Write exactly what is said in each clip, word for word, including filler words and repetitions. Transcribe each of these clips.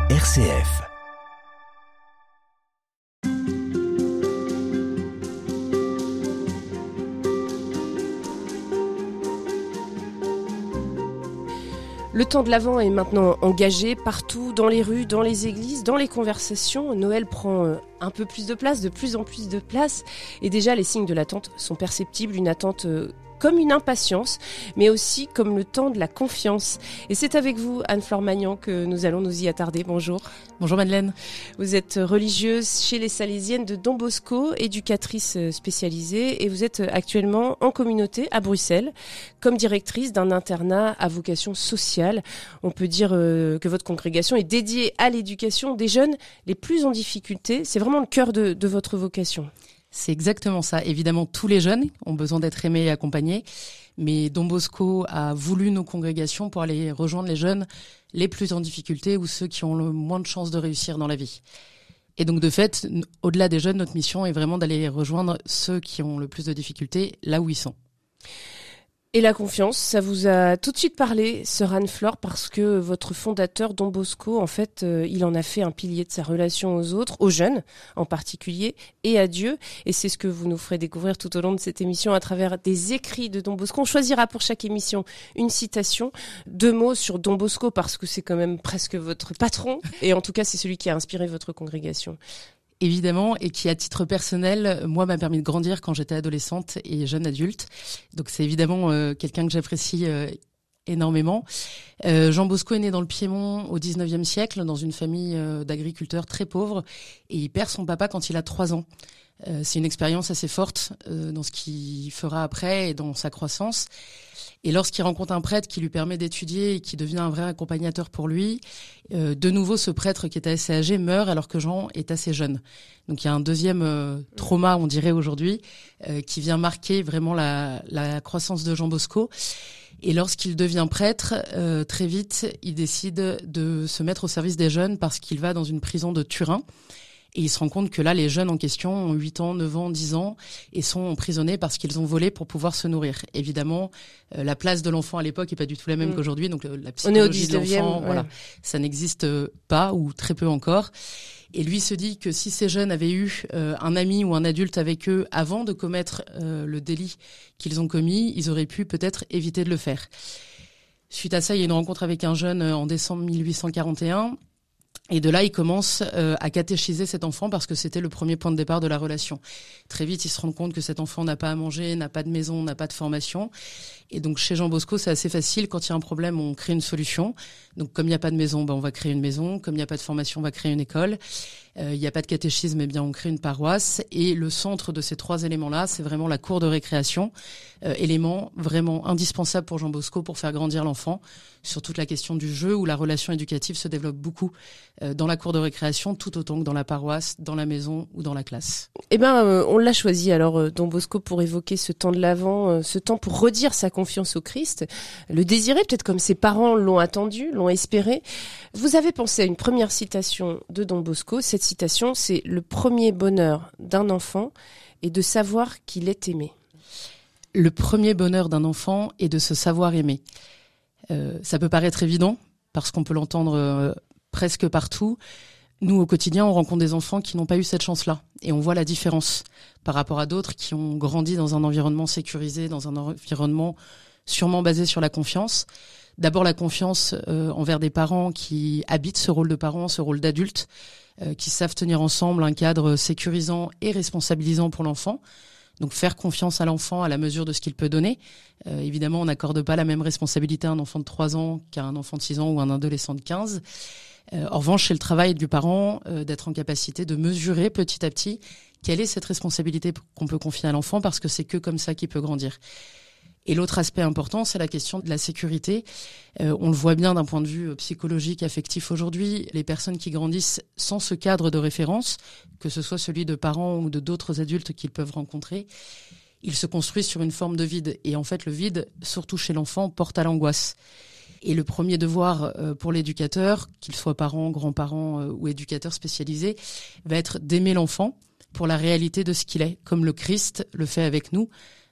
R C F. Le temps de l'Avent est maintenant engagé partout, dans les rues, dans les églises, dans les conversations. Noël prend un peu plus de place, de plus en plus de place. Et déjà, les signes de l'attente sont perceptibles. Une attente comme une impatience, mais aussi comme le temps de la confiance. Et c'est avec vous, Anne-Flore Magnan, que nous allons nous y attarder. Bonjour. Bonjour Madeleine. Vous êtes religieuse chez les Salésiennes de Don Bosco, éducatrice spécialisée, et vous êtes actuellement en communauté à Bruxelles, comme directrice d'un internat à vocation sociale. On peut dire euh, que votre congrégation est dédiée à l'éducation des jeunes les plus en difficulté. C'est vraiment le cœur de, de votre vocation. C'est exactement ça. Évidemment, tous les jeunes ont besoin d'être aimés et accompagnés, mais Don Bosco a voulu nos congrégations pour aller rejoindre les jeunes les plus en difficulté ou ceux qui ont le moins de chances de réussir dans la vie. Et donc, de fait, au-delà des jeunes, notre mission est vraiment d'aller rejoindre ceux qui ont le plus de difficultés là où ils sont. Et la confiance, ça vous a tout de suite parlé, sœur Anne-Flore, parce que votre fondateur, Don Bosco, en fait, euh, il en a fait un pilier de sa relation aux autres, aux jeunes en particulier, et à Dieu. Et c'est ce que vous nous ferez découvrir tout au long de cette émission à travers des écrits de Don Bosco. On choisira pour chaque émission une citation, deux mots sur Don Bosco, parce que c'est quand même presque votre patron, et en tout cas, c'est celui qui a inspiré votre congrégation. Évidemment, et qui, à titre personnel, moi, m'a permis de grandir quand j'étais adolescente et jeune adulte. Donc, c'est évidemment euh, quelqu'un que j'apprécie euh, énormément. Euh, Jean Bosco est né dans le Piémont au dix-neuvième siècle, dans une famille euh, d'agriculteurs très pauvres, et il perd son papa quand il a trois ans. Euh, c'est une expérience assez forte euh, dans ce qu'il fera après et dans sa croissance. Et lorsqu'il rencontre un prêtre qui lui permet d'étudier et qui devient un vrai accompagnateur pour lui, euh, de nouveau, ce prêtre qui est assez âgé meurt alors que Jean est assez jeune. Donc il y a un deuxième euh, trauma, on dirait aujourd'hui, euh, qui vient marquer vraiment la, la croissance de Jean Bosco. Et lorsqu'il devient prêtre, euh, très vite, il décide de se mettre au service des jeunes parce qu'il va dans une prison de Turin. Et il se rend compte que là, les jeunes en question ont huit ans, neuf ans, dix ans et sont emprisonnés parce qu'ils ont volé pour pouvoir se nourrir. Évidemment, euh, la place de l'enfant à l'époque est pas du tout la même mmh. qu'aujourd'hui. Donc, euh, la psychologie de l'enfant, ouais. voilà, ça n'existe pas ou très peu encore. Et lui se dit que si ces jeunes avaient eu euh, un ami ou un adulte avec eux avant de commettre euh, le délit qu'ils ont commis, ils auraient pu peut-être éviter de le faire. Suite à ça, il y a une rencontre avec un jeune euh, en décembre mille huit cent quarante et un. Et de là, il commence euh, à catéchiser cet enfant parce que c'était le premier point de départ de la relation. Très vite, il se rend compte que cet enfant n'a pas à manger, n'a pas de maison, n'a pas de formation. Et donc, chez Jean Bosco, c'est assez facile. Quand il y a un problème, on crée une solution. Donc, comme il n'y a pas de maison, ben, on va créer une maison. Comme il n'y a pas de formation, on va créer une école. Euh, il n'y a pas de catéchisme, eh bien, on crée une paroisse. Et le centre de ces trois éléments-là, c'est vraiment la cour de récréation. Euh, élément vraiment indispensable pour Jean Bosco pour faire grandir l'enfant sur toute la question du jeu où la relation éducative se développe beaucoup euh, dans la cour de récréation, tout autant que dans la paroisse, dans la maison ou dans la classe. Eh ben, euh, on l'a choisi alors, euh, Don Bosco, pour évoquer ce temps de l'Avent, euh, ce temps pour redire sa confiance au Christ, le désirer, peut-être comme ses parents l'ont attendu, l'ont espéré. Vous avez pensé à une première citation de Don Bosco. Cette citation, c'est « Le premier bonheur d'un enfant est de savoir qu'il est aimé ». Le premier bonheur d'un enfant est de se savoir aimer. Euh, ça peut paraître évident, parce qu'on peut l'entendre euh, presque partout. Nous, au quotidien, on rencontre des enfants qui n'ont pas eu cette chance-là. Et on voit la différence par rapport à d'autres qui ont grandi dans un environnement sécurisé, dans un environnement sûrement basé sur la confiance. D'abord, la confiance euh, envers des parents qui habitent ce rôle de parents, ce rôle d'adulte, euh, qui savent tenir ensemble un cadre sécurisant et responsabilisant pour l'enfant. Donc faire confiance à l'enfant à la mesure de ce qu'il peut donner. Euh, évidemment, on n'accorde pas la même responsabilité à un enfant de trois ans qu'à un enfant de six ans ou un adolescent de quinze. Euh, en revanche, c'est le travail du parent euh, d'être en capacité de mesurer petit à petit quelle est cette responsabilité qu'on peut confier à l'enfant parce que c'est que comme ça qu'il peut grandir. Et l'autre aspect important, c'est la question de la sécurité. Euh, on le voit bien d'un point de vue psychologique, affectif aujourd'hui. Les personnes qui grandissent sans ce cadre de référence, que ce soit celui de parents ou de d'autres adultes qu'ils peuvent rencontrer, ils se construisent sur une forme de vide. Et en fait, le vide, surtout chez l'enfant, porte à l'angoisse. Et le premier devoir euh, pour l'éducateur, qu'il soit parent, grand-parent euh, ou éducateur spécialisé, va être d'aimer l'enfant pour la réalité de ce qu'il est, comme le Christ le fait avec nous.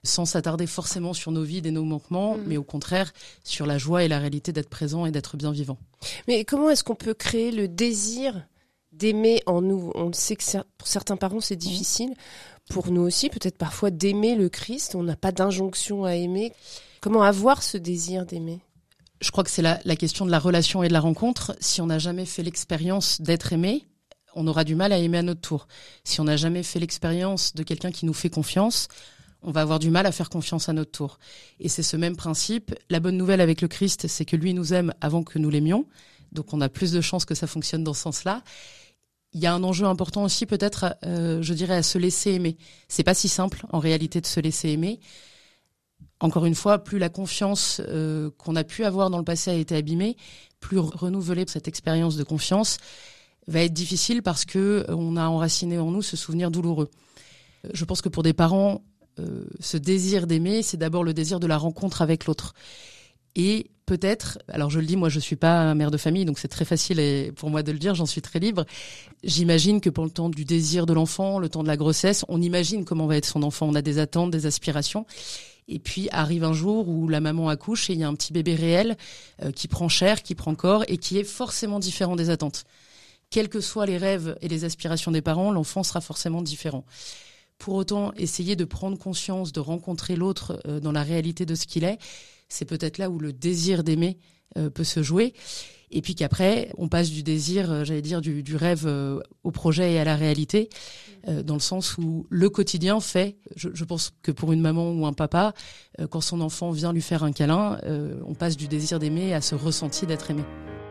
sans s'attarder forcément sur nos vides et nos manquements, mmh. mais au contraire sur la joie et la réalité d'être présent et d'être bien vivant. Mais comment est-ce qu'on peut créer le désir d'aimer en nous ? On sait que pour certains parents c'est difficile, mmh. pour nous aussi peut-être parfois d'aimer le Christ, on n'a pas d'injonction à aimer. Comment avoir ce désir d'aimer ? Je crois que c'est la, la question de la relation et de la rencontre. Si on n'a jamais fait l'expérience d'être aimé, on aura du mal à aimer à notre tour. Si on n'a jamais fait l'expérience de quelqu'un qui nous fait confiance, on va avoir du mal à faire confiance à notre tour. Et c'est ce même principe. La bonne nouvelle avec le Christ, c'est que lui nous aime avant que nous l'aimions. Donc on a plus de chances que ça fonctionne dans ce sens-là. Il y a un enjeu important aussi peut-être, euh, je dirais, à se laisser aimer. C'est pas si simple en réalité de se laisser aimer. Encore une fois, plus la confiance euh, qu'on a pu avoir dans le passé a été abîmée, plus renouveler cette expérience de confiance va être difficile parce que on a enraciné en nous ce souvenir douloureux. Je pense que pour des parents, euh, ce désir d'aimer, c'est d'abord le désir de la rencontre avec l'autre. Et peut-être, alors je le dis, moi je suis pas mère de famille, donc c'est très facile et pour moi de le dire, j'en suis très libre. J'imagine que pour le temps du désir de l'enfant, le temps de la grossesse, on imagine comment va être son enfant, on a des attentes, des aspirations. Et puis arrive un jour où la maman accouche et il y a un petit bébé réel euh, qui prend chair, qui prend corps et qui est forcément différent des attentes. Quels que soient les rêves et les aspirations des parents, l'enfant sera forcément différent. Pour autant, essayer de prendre conscience, de rencontrer l'autre euh, dans la réalité de ce qu'il est, c'est peut-être là où le désir d'aimer euh, peut se jouer. Et puis qu'après, on passe du désir, euh, j'allais dire, du, du rêve euh, au projet et à la réalité, euh, dans le sens où le quotidien fait, je, je pense que pour une maman ou un papa, euh, quand son enfant vient lui faire un câlin, euh, on passe du désir d'aimer à ce ressenti d'être aimé.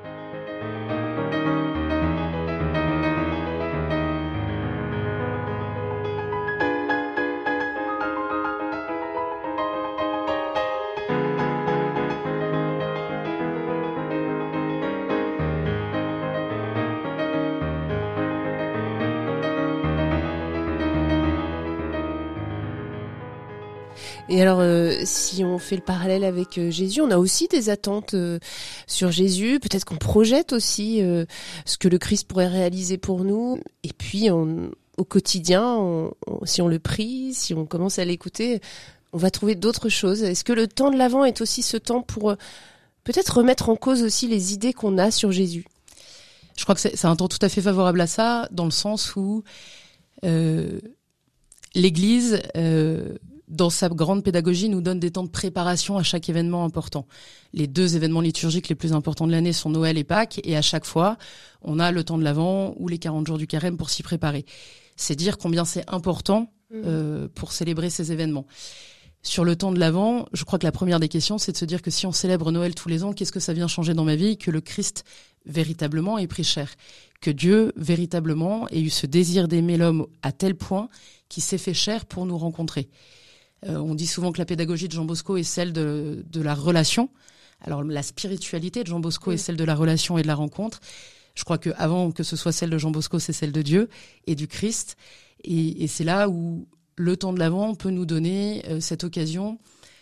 Et alors, euh, si on fait le parallèle avec euh, Jésus, on a aussi des attentes euh, sur Jésus. Peut-être qu'on projette aussi euh, ce que le Christ pourrait réaliser pour nous. Et puis, on, au quotidien, on, on, si on le prie, si on commence à l'écouter, on va trouver d'autres choses. Est-ce que le temps de l'Avent est aussi ce temps pour euh, peut-être remettre en cause aussi les idées qu'on a sur Jésus ? Je crois que c'est, c'est un temps tout à fait favorable à ça, dans le sens où euh, l'Église... Euh, dans sa grande pédagogie, nous donne des temps de préparation à chaque événement important. Les deux événements liturgiques les plus importants de l'année sont Noël et Pâques, et à chaque fois, on a le temps de l'Avent ou les quarante jours du Carême pour s'y préparer. C'est dire combien c'est important euh, pour célébrer ces événements. Sur le temps de l'Avent, je crois que la première des questions, c'est de se dire que si on célèbre Noël tous les ans, qu'est-ce que ça vient changer dans ma vie ? Que le Christ, véritablement, ait pris chair. Que Dieu, véritablement, ait eu ce désir d'aimer l'homme à tel point qu'il s'est fait chair pour nous rencontrer. Euh, on dit souvent que la pédagogie de Jean Bosco est celle de, de la relation. Alors la spiritualité de Jean Bosco oui. est celle de la relation et de la rencontre. Je crois que avant que ce soit celle de Jean Bosco, c'est celle de Dieu et du Christ. Et, et c'est là où le temps de l'Avent peut nous donner euh, cette occasion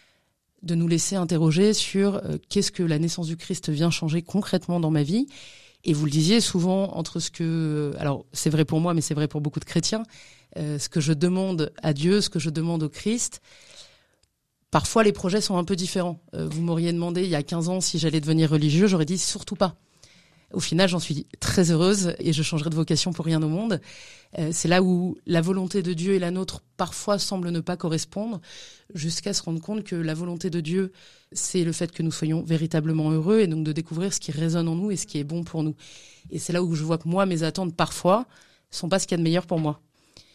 de nous laisser interroger sur euh, qu'est-ce que la naissance du Christ vient changer concrètement dans ma vie. Et vous le disiez souvent entre ce que... Alors c'est vrai pour moi, mais c'est vrai pour beaucoup de chrétiens. Euh, ce que je demande à Dieu, ce que je demande au Christ, parfois les projets sont un peu différents. Euh, vous m'auriez demandé il y a quinze ans si j'allais devenir religieux, j'aurais dit surtout pas. Au final, j'en suis très heureuse et je changerai de vocation pour rien au monde. Euh, c'est là où la volonté de Dieu et la nôtre parfois semblent ne pas correspondre, jusqu'à se rendre compte que la volonté de Dieu, c'est le fait que nous soyons véritablement heureux et donc de découvrir ce qui résonne en nous et ce qui est bon pour nous. Et c'est là où je vois que moi, mes attentes parfois sont pas ce qu'il y a de meilleur pour moi.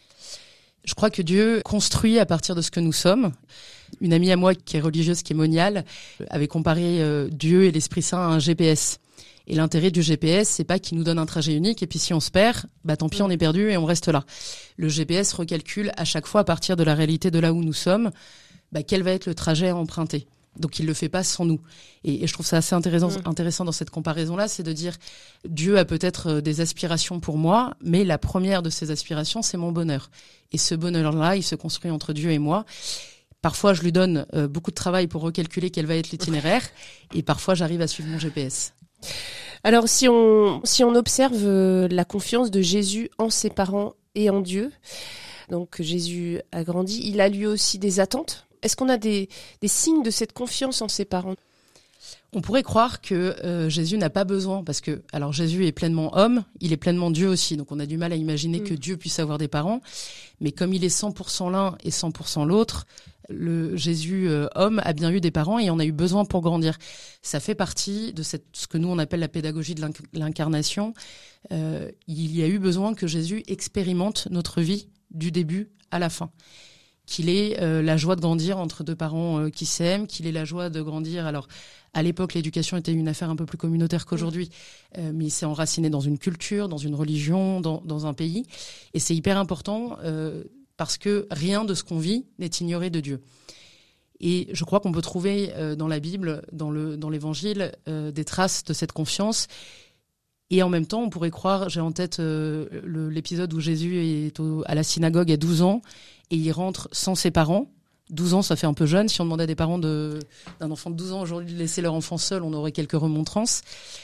Je crois que Dieu construit à partir de ce que nous sommes. Une amie à moi qui est religieuse, qui est moniale, avait comparé euh, Dieu et l'Esprit Saint à un G P S. Et l'intérêt du G P S, c'est pas qu'il nous donne un trajet unique et puis si on se perd, bah tant pis, on est perdu et on reste là. Le G P S recalcule à chaque fois à partir de la réalité de là où nous sommes, bah quel va être le trajet à emprunter. Donc il le fait pas sans nous. Et, et je trouve ça assez intéressant, mmh. intéressant dans cette comparaison-là, c'est de dire Dieu a peut-être des aspirations pour moi, mais la première de ces aspirations, c'est mon bonheur. Et ce bonheur-là, il se construit entre Dieu et moi. Parfois, je lui donne euh, beaucoup de travail pour recalculer quel va être l'itinéraire, et parfois, j'arrive à suivre mon G P S. Alors, si on si on observe euh, la confiance de Jésus en ses parents et en Dieu. Donc Jésus a grandi, il a lui aussi des attentes Est-ce qu'on a des, des signes de cette confiance en ses parents ? On pourrait croire que euh, Jésus n'a pas besoin, parce que alors Jésus est pleinement homme, il est pleinement Dieu aussi, donc on a du mal à imaginer mmh. que Dieu puisse avoir des parents, mais comme il est cent pour cent l'un et cent pour cent l'autre, le Jésus euh, homme a bien eu des parents et en a eu besoin pour grandir. Ça fait partie de cette, ce que nous on appelle la pédagogie de l'incarnation. Euh, il y a eu besoin que Jésus expérimente notre vie du début à la fin. Qu'il ait euh, la joie de grandir entre deux parents euh, qui s'aiment, qu'il ait la joie de grandir. Alors, à l'époque, l'éducation était une affaire un peu plus communautaire qu'aujourd'hui, euh, mais il s'est enraciné dans une culture, dans une religion, dans, dans un pays. Et c'est hyper important euh, parce que rien de ce qu'on vit n'est ignoré de Dieu. Et je crois qu'on peut trouver euh, dans la Bible, dans, le, dans l'Évangile, euh, des traces de cette confiance. Et en même temps, on pourrait croire, j'ai en tête euh, le, l'épisode où Jésus est au, à la synagogue à douze ans et il rentre sans ses parents. douze ans, ça fait un peu jeune. Si on demandait à des parents de, d'un enfant de douze ans aujourd'hui de laisser leur enfant seul, on aurait quelques remontrances.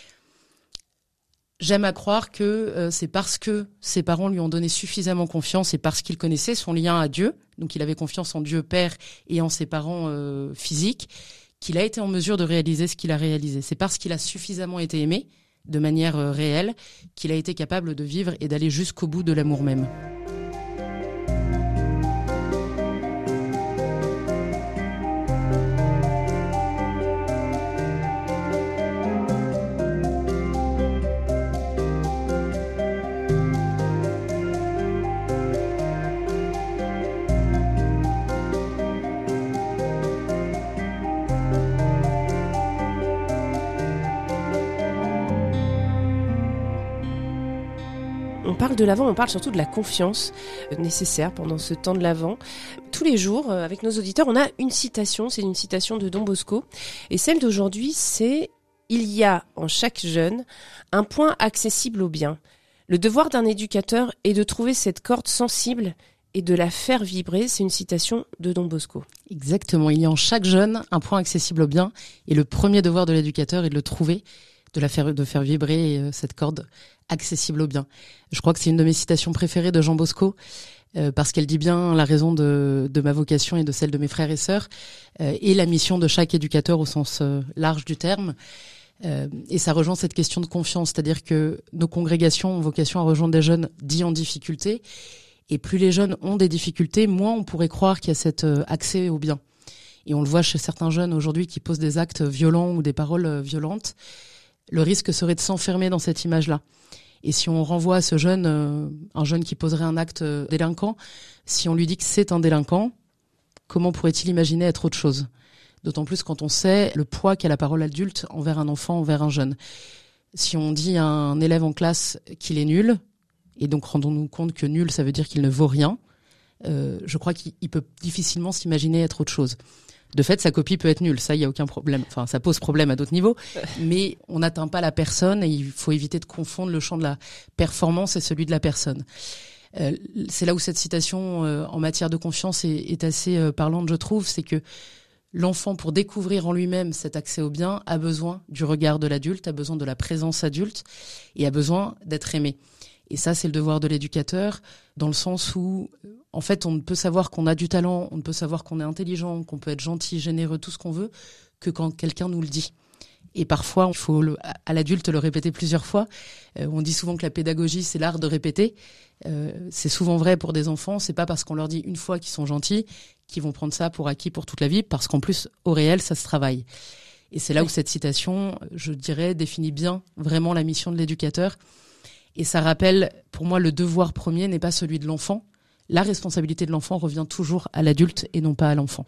J'aime à croire que euh, c'est parce que ses parents lui ont donné suffisamment confiance et parce qu'il connaissait son lien à Dieu, donc il avait confiance en Dieu Père et en ses parents euh, physiques, qu'il a été en mesure de réaliser ce qu'il a réalisé. C'est parce qu'il a suffisamment été aimé de manière euh, réelle, qu'il a été capable de vivre et d'aller jusqu'au bout de l'amour même. On parle de l'Avent, on parle surtout de la confiance nécessaire pendant ce temps de l'Avent. Tous les jours, avec nos auditeurs, on a une citation, c'est une citation de Don Bosco. Et celle d'aujourd'hui, c'est « Il y a en chaque jeune un point accessible au bien. Le devoir d'un éducateur est de trouver cette corde sensible et de la faire vibrer ». C'est une citation de Don Bosco. Exactement, il y a en chaque jeune un point accessible au bien. Et le premier devoir de l'éducateur est de le trouver, de la faire, de faire vibrer cette corde accessible au bien. Je crois que c'est une de mes citations préférées de Jean Bosco, euh, parce qu'elle dit bien la raison de, de ma vocation et de celle de mes frères et sœurs, euh, et la mission de chaque éducateur au sens euh, large du terme. Euh, et ça rejoint cette question de confiance, c'est-à-dire que nos congrégations ont vocation à rejoindre des jeunes dits en difficulté, et plus les jeunes ont des difficultés, moins on pourrait croire qu'il y a cet euh, accès au bien. Et on le voit chez certains jeunes aujourd'hui qui posent des actes violents ou des paroles euh, violentes. Le risque serait de s'enfermer dans cette image-là. Et si on renvoie à ce jeune, euh, un jeune qui poserait un acte euh, délinquant, si on lui dit que c'est un délinquant, comment pourrait-il imaginer être autre chose ? D'autant plus quand on sait le poids qu'a la parole adulte envers un enfant, envers un jeune. Si on dit à un élève en classe qu'il est nul, et donc rendons-nous compte que nul, ça veut dire qu'il ne vaut rien, euh, je crois qu'il peut difficilement s'imaginer être autre chose. De fait, sa copie peut être nulle, ça, il n'y a aucun problème. Enfin, ça pose problème à d'autres niveaux, mais on n'atteint pas la personne et il faut éviter de confondre le champ de la performance et celui de la personne. Euh, c'est là où cette citation euh, en matière de confiance est, est assez euh, parlante, je trouve, c'est que l'enfant, pour découvrir en lui-même cet accès au bien, a besoin du regard de l'adulte, a besoin de la présence adulte et a besoin d'être aimé. Et ça, c'est le devoir de l'éducateur, dans le sens où, en fait, on ne peut savoir qu'on a du talent, on ne peut savoir qu'on est intelligent, qu'on peut être gentil, généreux, tout ce qu'on veut, que quand quelqu'un nous le dit. Et parfois, il faut le, à l'adulte le répéter plusieurs fois. Euh, on dit souvent que la pédagogie, c'est l'art de répéter. Euh, c'est souvent vrai pour des enfants. C'est pas parce qu'on leur dit une fois qu'ils sont gentils qu'ils vont prendre ça pour acquis pour toute la vie, parce qu'en plus, au réel, ça se travaille. Et c'est là oui. où cette citation, je dirais, définit bien vraiment la mission de l'éducateur. Et ça rappelle, pour moi, le devoir premier n'est pas celui de l'enfant. La responsabilité de l'enfant revient toujours à l'adulte et non pas à l'enfant.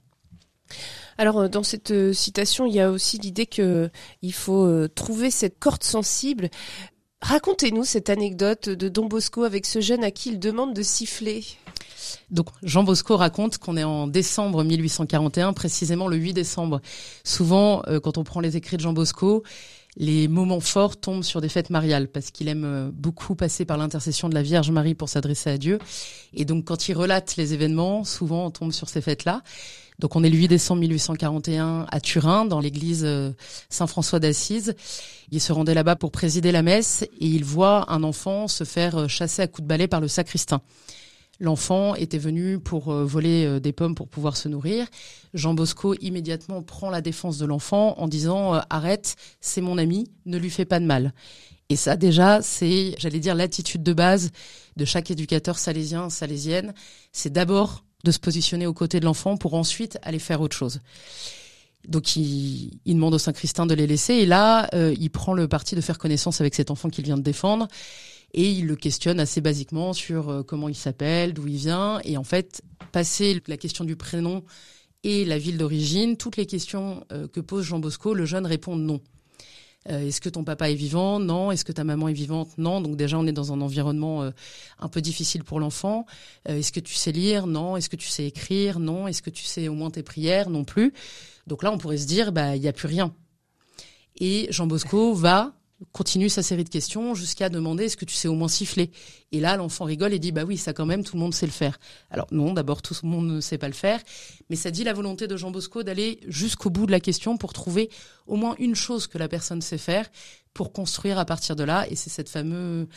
Alors, dans cette citation, il y a aussi l'idée qu'il faut trouver cette corde sensible. Racontez-nous cette anecdote de Don Bosco avec ce jeune à qui il demande de siffler. Donc, Jean Bosco raconte qu'on est en décembre mille huit cent quarante et un, précisément le huit décembre. Souvent, euh, quand on prend les écrits de Jean Bosco, les moments forts tombent sur des fêtes mariales parce qu'il aime beaucoup passer par l'intercession de la Vierge Marie pour s'adresser à Dieu. Et donc, quand il relate les événements, souvent on tombe sur ces fêtes-là. Donc, on est le huit décembre mille huit cent quarante et un à Turin, dans l'église Saint-François d'Assise. Il se rendait là-bas pour présider la messe et il voit un enfant se faire chasser à coups de balai par le sacristain. L'enfant était venu pour euh, voler euh, des pommes pour pouvoir se nourrir. Jean Bosco immédiatement prend la défense de l'enfant en disant euh, « Arrête, c'est mon ami, ne lui fais pas de mal ». Et ça déjà, c'est, j'allais dire, l'attitude de base de chaque éducateur salésien, salésienne. C'est d'abord de se positionner aux côtés de l'enfant pour ensuite aller faire autre chose. Donc il, il demande au Saint-Christin de les laisser et là, euh, il prend le parti de faire connaissance avec cet enfant qu'il vient de défendre et il le questionne assez basiquement sur euh, comment il s'appelle, d'où il vient. Et en fait, passer la question du prénom et la ville d'origine, toutes les questions euh, que pose Jean Bosco, le jeune répond non. Euh, est-ce que ton papa est vivant ? Non. Est-ce que ta maman est vivante ? Non. Donc déjà, on est dans un environnement euh, un peu difficile pour l'enfant. Euh, est-ce que tu sais lire ? Non. Est-ce que tu sais écrire ? Non. Est-ce que tu sais au moins tes prières ? Non plus. Donc là, on pourrait se dire, bah, il n'y a plus rien. Et Jean Bosco va continue sa série de questions jusqu'à demander est-ce que tu sais au moins siffler ? Et là, l'enfant rigole et dit bah oui, ça quand même, tout le monde sait le faire. Alors non, d'abord, tout le monde ne sait pas le faire, mais ça dit la volonté de Jean Bosco d'aller jusqu'au bout de la question pour trouver au moins une chose que la personne sait faire pour construire à partir de là. Et c'est cette fameuse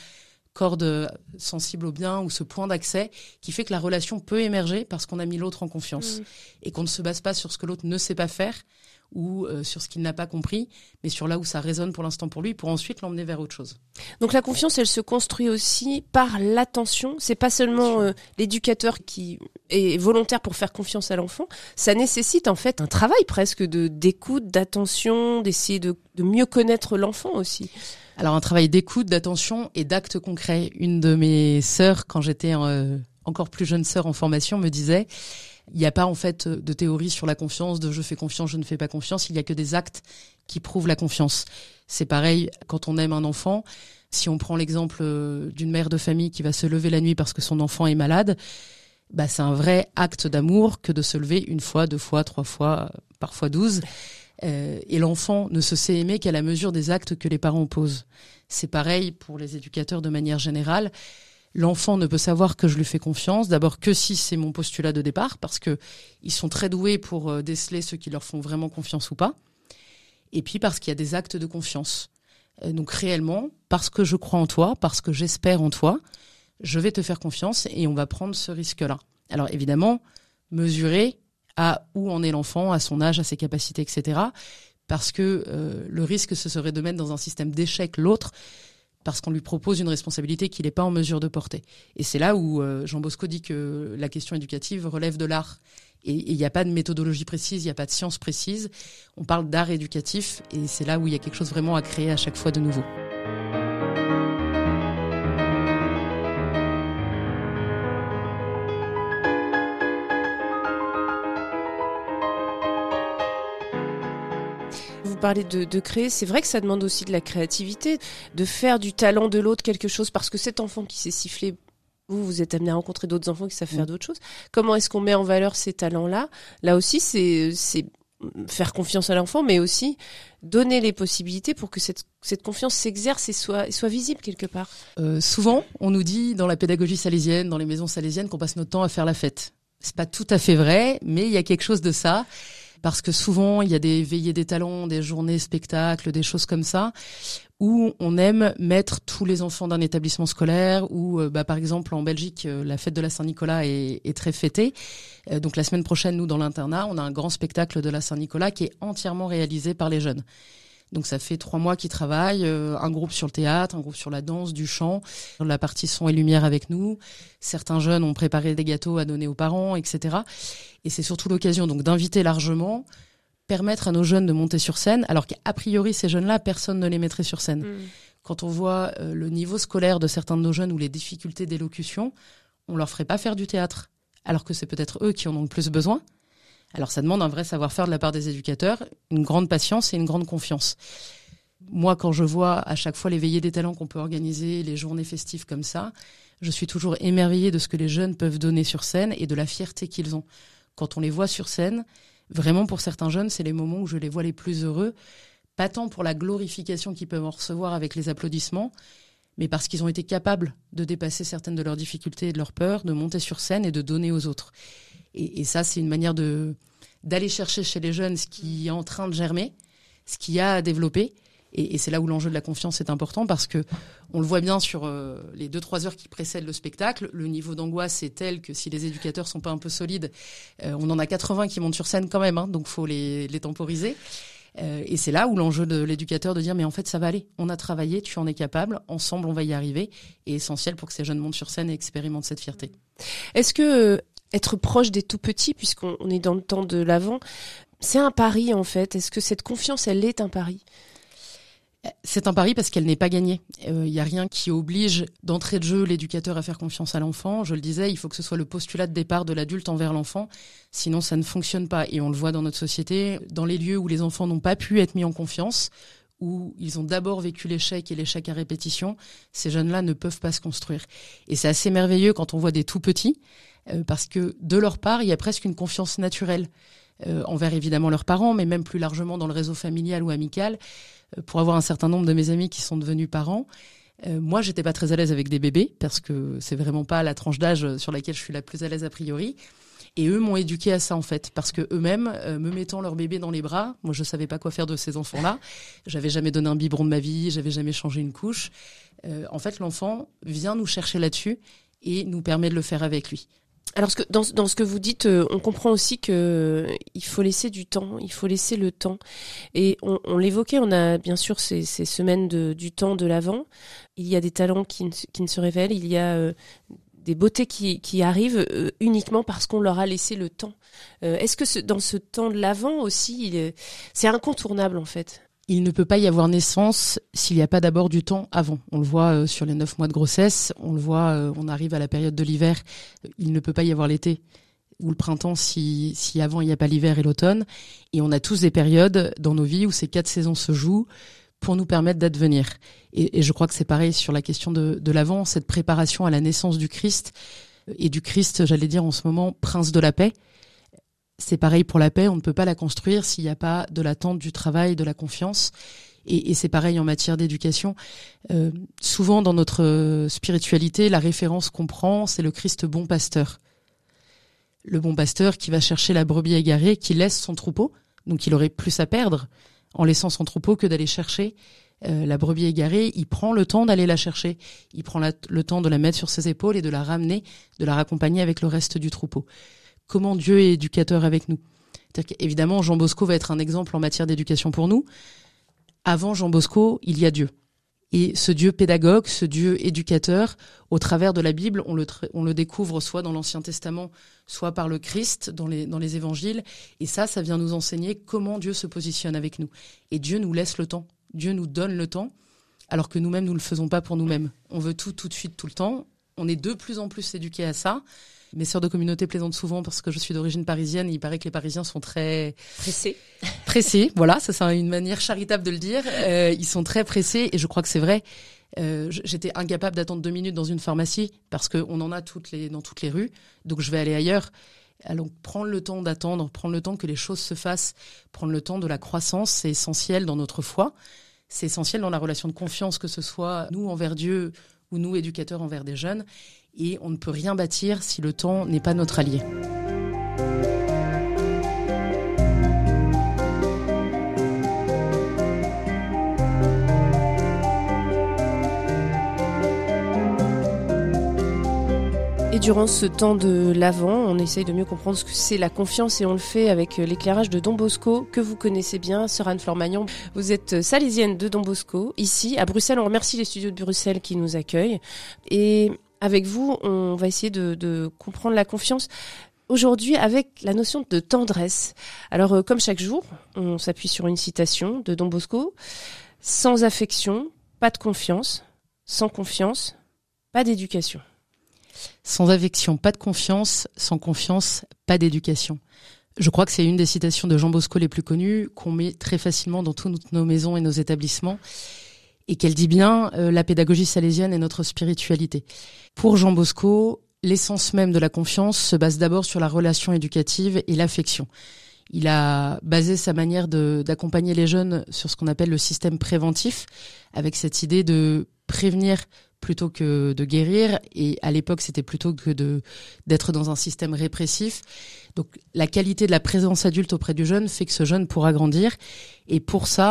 corde sensible au bien ou ce point d'accès qui fait que la relation peut émerger parce qu'on a mis l'autre en confiance mmh. et qu'on ne se base pas sur ce que l'autre ne sait pas faire ou euh, sur ce qu'il n'a pas compris, mais sur là où ça résonne pour l'instant pour lui, pour ensuite l'emmener vers autre chose. Donc la confiance, elle se construit aussi par l'attention. C'est pas seulement euh, l'éducateur qui est volontaire pour faire confiance à l'enfant. Ça nécessite en fait un travail presque de d'écoute, d'attention, d'essayer de, de mieux connaître l'enfant aussi. Alors un travail d'écoute, d'attention et d'actes concrets. Une de mes sœurs, quand j'étais euh, encore plus jeune sœur en formation, me disait il n'y a pas en fait de théorie sur la confiance, de je fais confiance, je ne fais pas confiance. Il n'y a que des actes qui prouvent la confiance. C'est pareil quand on aime un enfant. Si on prend l'exemple d'une mère de famille qui va se lever la nuit parce que son enfant est malade, bah c'est un vrai acte d'amour que de se lever une fois, deux fois, trois fois, parfois douze. Euh, et l'enfant ne se sait aimer qu'à la mesure des actes que les parents posent. C'est pareil pour les éducateurs de manière générale. L'enfant ne peut savoir que je lui fais confiance, d'abord que si c'est mon postulat de départ, parce que ils sont très doués pour euh, déceler ceux qui leur font vraiment confiance ou pas. Et puis parce qu'il y a des actes de confiance. Euh, donc réellement, parce que je crois en toi, parce que j'espère en toi, je vais te faire confiance et on va prendre ce risque-là. Alors évidemment, mesurer à où en est l'enfant, à son âge, à ses capacités, et cetera. Parce que euh, le risque, ce serait de mettre dans un système d'échec l'autre, parce qu'on lui propose une responsabilité qu'il n'est pas en mesure de porter. Et c'est là où euh, Jean Bosco dit que la question éducative relève de l'art. Et il n'y a pas de méthodologie précise, il n'y a pas de science précise. On parle d'art éducatif et c'est là où il y a quelque chose vraiment à créer à chaque fois de nouveau. Parler de, de créer, c'est vrai que ça demande aussi de la créativité, de faire du talent de l'autre quelque chose, parce que cet enfant qui sait siffler, vous, vous êtes amené à rencontrer d'autres enfants qui savent faire mmh. d'autres choses. Comment est-ce qu'on met en valeur ces talents-là ? Là aussi, c'est, c'est faire confiance à l'enfant, mais aussi donner les possibilités pour que cette, cette confiance s'exerce et soit, et soit visible quelque part. Euh, souvent, on nous dit dans la pédagogie salésienne, dans les maisons salésiennes, qu'on passe notre temps à faire la fête. C'est pas tout à fait vrai, mais il y a quelque chose de ça. Parce que souvent, il y a des veillées des talents, des journées spectacles, des choses comme ça, où on aime mettre tous les enfants d'un établissement scolaire, ou bah, par exemple en Belgique, la fête de la Saint-Nicolas est, est très fêtée. Euh, donc la semaine prochaine, nous, dans l'internat, on a un grand spectacle de la Saint-Nicolas qui est entièrement réalisé par les jeunes. Donc ça fait trois mois qu'ils travaillent, euh, un groupe sur le théâtre, un groupe sur la danse, du chant, la partie son et lumière avec nous. Certains jeunes ont préparé des gâteaux à donner aux parents, et cetera. Et c'est surtout l'occasion donc d'inviter largement, permettre à nos jeunes de monter sur scène, alors qu'a priori ces jeunes-là, personne ne les mettrait sur scène. Mmh. Quand on voit euh, le niveau scolaire de certains de nos jeunes ou les difficultés d'élocution, on leur ferait pas faire du théâtre, alors que c'est peut-être eux qui en ont le plus besoin. Alors ça demande un vrai savoir-faire de la part des éducateurs, une grande patience et une grande confiance. Moi, quand je vois à chaque fois les veillées des talents qu'on peut organiser, les journées festives comme ça, je suis toujours émerveillée de ce que les jeunes peuvent donner sur scène et de la fierté qu'ils ont. Quand on les voit sur scène, vraiment pour certains jeunes, c'est les moments où je les vois les plus heureux, pas tant pour la glorification qu'ils peuvent en recevoir avec les applaudissements, mais parce qu'ils ont été capables de dépasser certaines de leurs difficultés et de leurs peurs, de monter sur scène et de donner aux autres. Et, et ça, c'est une manière de, d'aller chercher chez les jeunes ce qui est en train de germer, ce qu'il y a à développer, Et, et c'est là où l'enjeu de la confiance est important parce que on le voit bien sur euh, les deux trois heures qui précèdent le spectacle. Le niveau d'angoisse est tel que si les éducateurs sont pas un peu solides, euh, on en a quatre-vingts qui montent sur scène quand même, hein, donc faut les, les temporiser. Euh, et c'est là où l'enjeu de l'éducateur de dire mais en fait ça va aller, on a travaillé, tu en es capable, ensemble on va y arriver, est essentiel pour que ces jeunes montent sur scène et expérimentent cette fierté. Est-ce que euh, être proche des tout petits, puisqu'on on est dans le temps de l'avant, c'est un pari en fait? Est-ce que cette confiance, elle est un pari? C'est un pari parce qu'elle n'est pas gagnée. Il euh, n'y a rien qui oblige d'entrée de jeu l'éducateur à faire confiance à l'enfant. Je le disais, il faut que ce soit le postulat de départ de l'adulte envers l'enfant. Sinon, ça ne fonctionne pas. Et on le voit dans notre société, dans les lieux où les enfants n'ont pas pu être mis en confiance, où ils ont d'abord vécu l'échec et l'échec à répétition, ces jeunes-là ne peuvent pas se construire. Et c'est assez merveilleux quand on voit des tout petits, euh, parce que de leur part, il y a presque une confiance naturelle euh, envers évidemment leurs parents, mais même plus largement dans le réseau familial ou amical. Pour avoir un certain nombre de mes amis qui sont devenus parents, euh, moi, j'étais pas très à l'aise avec des bébés parce que c'est vraiment pas la tranche d'âge sur laquelle je suis la plus à l'aise a priori. Et eux m'ont éduquée à ça en fait, parce que eux-mêmes, euh, me mettant leur bébé dans les bras, moi je savais pas quoi faire de ces enfants-là. J'avais jamais donné un biberon de ma vie, j'avais jamais changé une couche. Euh, en fait, l'enfant vient nous chercher là-dessus et nous permet de le faire avec lui. Alors, ce que, dans, dans ce que vous dites, euh, on comprend aussi que euh, il faut laisser du temps, il faut laisser le temps. Et on, on l'évoquait, on a bien sûr ces, ces semaines de, du temps de l'avant. Il y a des talents qui ne, qui ne se révèlent, il y a euh, des beautés qui, qui arrivent euh, uniquement parce qu'on leur a laissé le temps. Euh, est-ce que ce, dans ce temps de l'avant aussi, il est, c'est incontournable en fait? Il ne peut pas y avoir naissance s'il n'y a pas d'abord du temps avant. On le voit euh, sur les neuf mois de grossesse, on le voit, euh, on arrive à la période de l'hiver, il ne peut pas y avoir l'été ou le printemps si, si avant il n'y a pas l'hiver et l'automne. Et on a tous des périodes dans nos vies où ces quatre saisons se jouent pour nous permettre d'advenir. Et, et je crois que c'est pareil sur la question de, de l'avant, cette préparation à la naissance du Christ, et du Christ, j'allais dire en ce moment, prince de la paix. C'est pareil pour la paix, on ne peut pas la construire s'il n'y a pas de l'attente, du travail, de la confiance. Et, et c'est pareil en matière d'éducation. Euh, souvent dans notre spiritualité, la référence qu'on prend, c'est le Christ bon pasteur. Le bon pasteur qui va chercher la brebis égarée, qui laisse son troupeau, donc il aurait plus à perdre en laissant son troupeau que d'aller chercher euh, la brebis égarée. Il prend le temps d'aller la chercher, il prend la, le temps de la mettre sur ses épaules et de la ramener, de la raccompagner avec le reste du troupeau. Comment Dieu est éducateur avec nous. C'est-à-dire qu'évidemment, Jean Bosco va être un exemple en matière d'éducation pour nous. Avant Jean Bosco, il y a Dieu. Et ce Dieu pédagogue, ce Dieu éducateur, au travers de la Bible, on le, tra- on le découvre soit dans l'Ancien Testament, soit par le Christ, dans les, dans les évangiles. Et ça, ça vient nous enseigner comment Dieu se positionne avec nous. Et Dieu nous laisse le temps. Dieu nous donne le temps, alors que nous-mêmes, nous ne le faisons pas pour nous-mêmes. On veut tout, tout de suite, tout le temps. On est de plus en plus éduqués à ça. Mes sœurs de communauté plaisantent souvent parce que je suis d'origine parisienne. Il paraît que les Parisiens sont très pressés. Pressés, voilà, ça c'est une manière charitable de le dire. Euh, ils sont très pressés et je crois que c'est vrai. Euh, j'étais incapable d'attendre deux minutes dans une pharmacie parce qu'on en a toutes les, dans toutes les rues. Donc je vais aller ailleurs. Alors prendre le temps d'attendre, prendre le temps que les choses se fassent, prendre le temps de la croissance, c'est essentiel dans notre foi. C'est essentiel dans la relation de confiance, que ce soit nous envers Dieu ou nous éducateurs envers des jeunes. Et on ne peut rien bâtir si le temps n'est pas notre allié. Et durant ce temps de l'Avent, on essaye de mieux comprendre ce que c'est la confiance et on le fait avec l'éclairage de Don Bosco, que vous connaissez bien, sœur Anne-Flore Magnan. Vous êtes salésienne de Don Bosco, ici à Bruxelles. On remercie les studios de Bruxelles qui nous accueillent. Et avec vous, on va essayer de, de comprendre la confiance aujourd'hui avec la notion de tendresse. Alors, euh, comme chaque jour, on s'appuie sur une citation de Don Bosco. Sans affection, pas de confiance. Sans confiance, pas d'éducation. Sans affection, pas de confiance. Sans confiance, pas d'éducation. Je crois que c'est une des citations de Jean Bosco les plus connues, qu'on met très facilement dans toutes nos maisons et nos établissements. Et qu'elle dit bien, euh, la pédagogie salésienne est notre spiritualité. Pour Jean Bosco, l'essence même de la confiance se base d'abord sur la relation éducative et l'affection. Il a basé sa manière de, d'accompagner les jeunes sur ce qu'on appelle le système préventif, avec cette idée de prévenir plutôt que de guérir. Et à l'époque, c'était plutôt que de, d'être dans un système répressif. Donc la qualité de la présence adulte auprès du jeune fait que ce jeune pourra grandir. Et pour ça,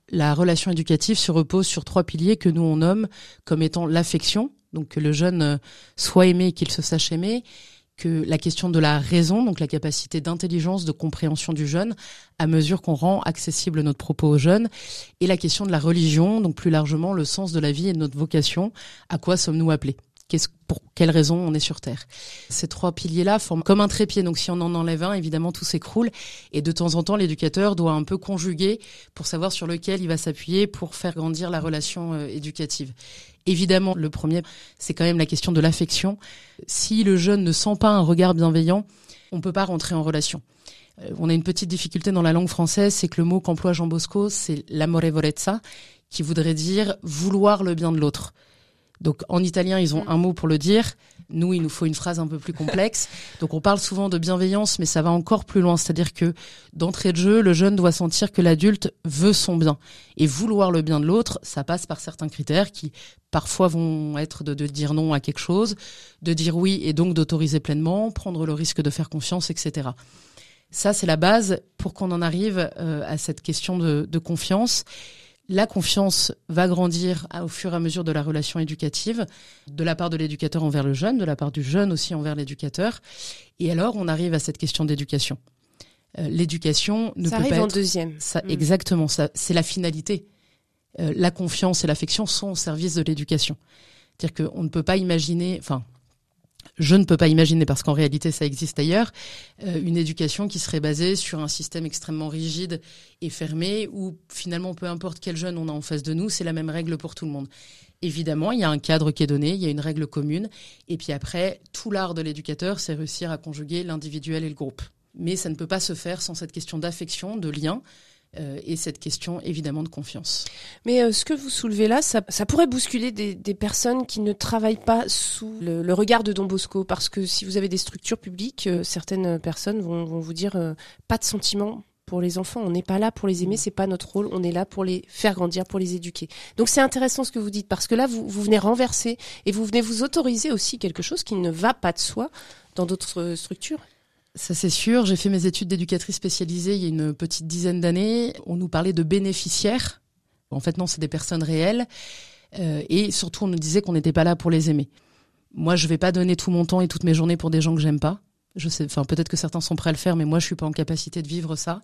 la relation éducative se repose sur trois piliers que nous on nomme comme étant l'affection, donc que le jeune soit aimé, qu'il se sache aimer, que la question de la raison, donc la capacité d'intelligence, de compréhension du jeune, à mesure qu'on rend accessible notre propos aux jeunes, et la question de la religion, donc plus largement le sens de la vie et de notre vocation, à quoi sommes-nous appelés ? Qu'est-ce, pour quelles raisons on est sur Terre. Ces trois piliers-là forment comme un trépied, donc si on en enlève un, évidemment tout s'écroule, et de temps en temps l'éducateur doit un peu conjuguer pour savoir sur lequel il va s'appuyer pour faire grandir la relation euh, éducative. Évidemment, le premier, c'est quand même la question de l'affection. Si le jeune ne sent pas un regard bienveillant, on peut pas rentrer en relation. Euh, on a une petite difficulté dans la langue française, c'est que le mot qu'emploie Jean Bosco, c'est l'amorevolezza, qui voudrait dire vouloir le bien de l'autre. Donc en italien, ils ont un mot pour le dire. Nous, il nous faut une phrase un peu plus complexe. Donc on parle souvent de bienveillance, mais ça va encore plus loin. C'est-à-dire que d'entrée de jeu, le jeune doit sentir que l'adulte veut son bien. Et vouloir le bien de l'autre, ça passe par certains critères qui parfois vont être de, de dire non à quelque chose, de dire oui et donc d'autoriser pleinement, prendre le risque de faire confiance, et cetera. Ça, c'est la base pour qu'on en arrive euh, à cette question de, de confiance. La confiance va grandir au fur et à mesure de la relation éducative, de la part de l'éducateur envers le jeune, de la part du jeune aussi envers l'éducateur. Et alors, on arrive à cette question d'éducation. Euh, l'éducation ne ça peut arrive pas en être... deuxième. Ça, mmh. Exactement, ça, c'est la finalité. Euh, la confiance et l'affection sont au service de l'éducation. C'est-à-dire qu'on ne peut pas imaginer... Enfin, je ne peux pas imaginer, parce qu'en réalité ça existe ailleurs, euh, une éducation qui serait basée sur un système extrêmement rigide et fermé, où finalement peu importe quel jeune on a en face de nous, c'est la même règle pour tout le monde. Évidemment, il y a un cadre qui est donné, il y a une règle commune, et puis après, tout l'art de l'éducateur, c'est réussir à conjuguer l'individuel et le groupe. Mais ça ne peut pas se faire sans cette question d'affection, de lien, Euh, et cette question évidemment de confiance. Mais euh, ce que vous soulevez là, ça, ça pourrait bousculer des, des personnes qui ne travaillent pas sous le, le regard de Don Bosco, parce que si vous avez des structures publiques, euh, certaines personnes vont, vont vous dire euh, pas de sentiments pour les enfants, on n'est pas là pour les aimer, c'est pas notre rôle, on est là pour les faire grandir, pour les éduquer. Donc c'est intéressant ce que vous dites, parce que là vous, vous venez renverser et vous venez vous autoriser aussi quelque chose qui ne va pas de soi dans d'autres structures. Ça c'est sûr, j'ai fait mes études d'éducatrice spécialisée il y a une petite dizaine d'années. On nous parlait de bénéficiaires. En fait non, c'est des personnes réelles. Euh, et surtout on nous disait qu'on n'était pas là pour les aimer. Moi je vais pas donner tout mon temps et toutes mes journées pour des gens que j'aime pas. Je sais, enfin peut-être que certains sont prêts à le faire, mais moi je suis pas en capacité de vivre ça.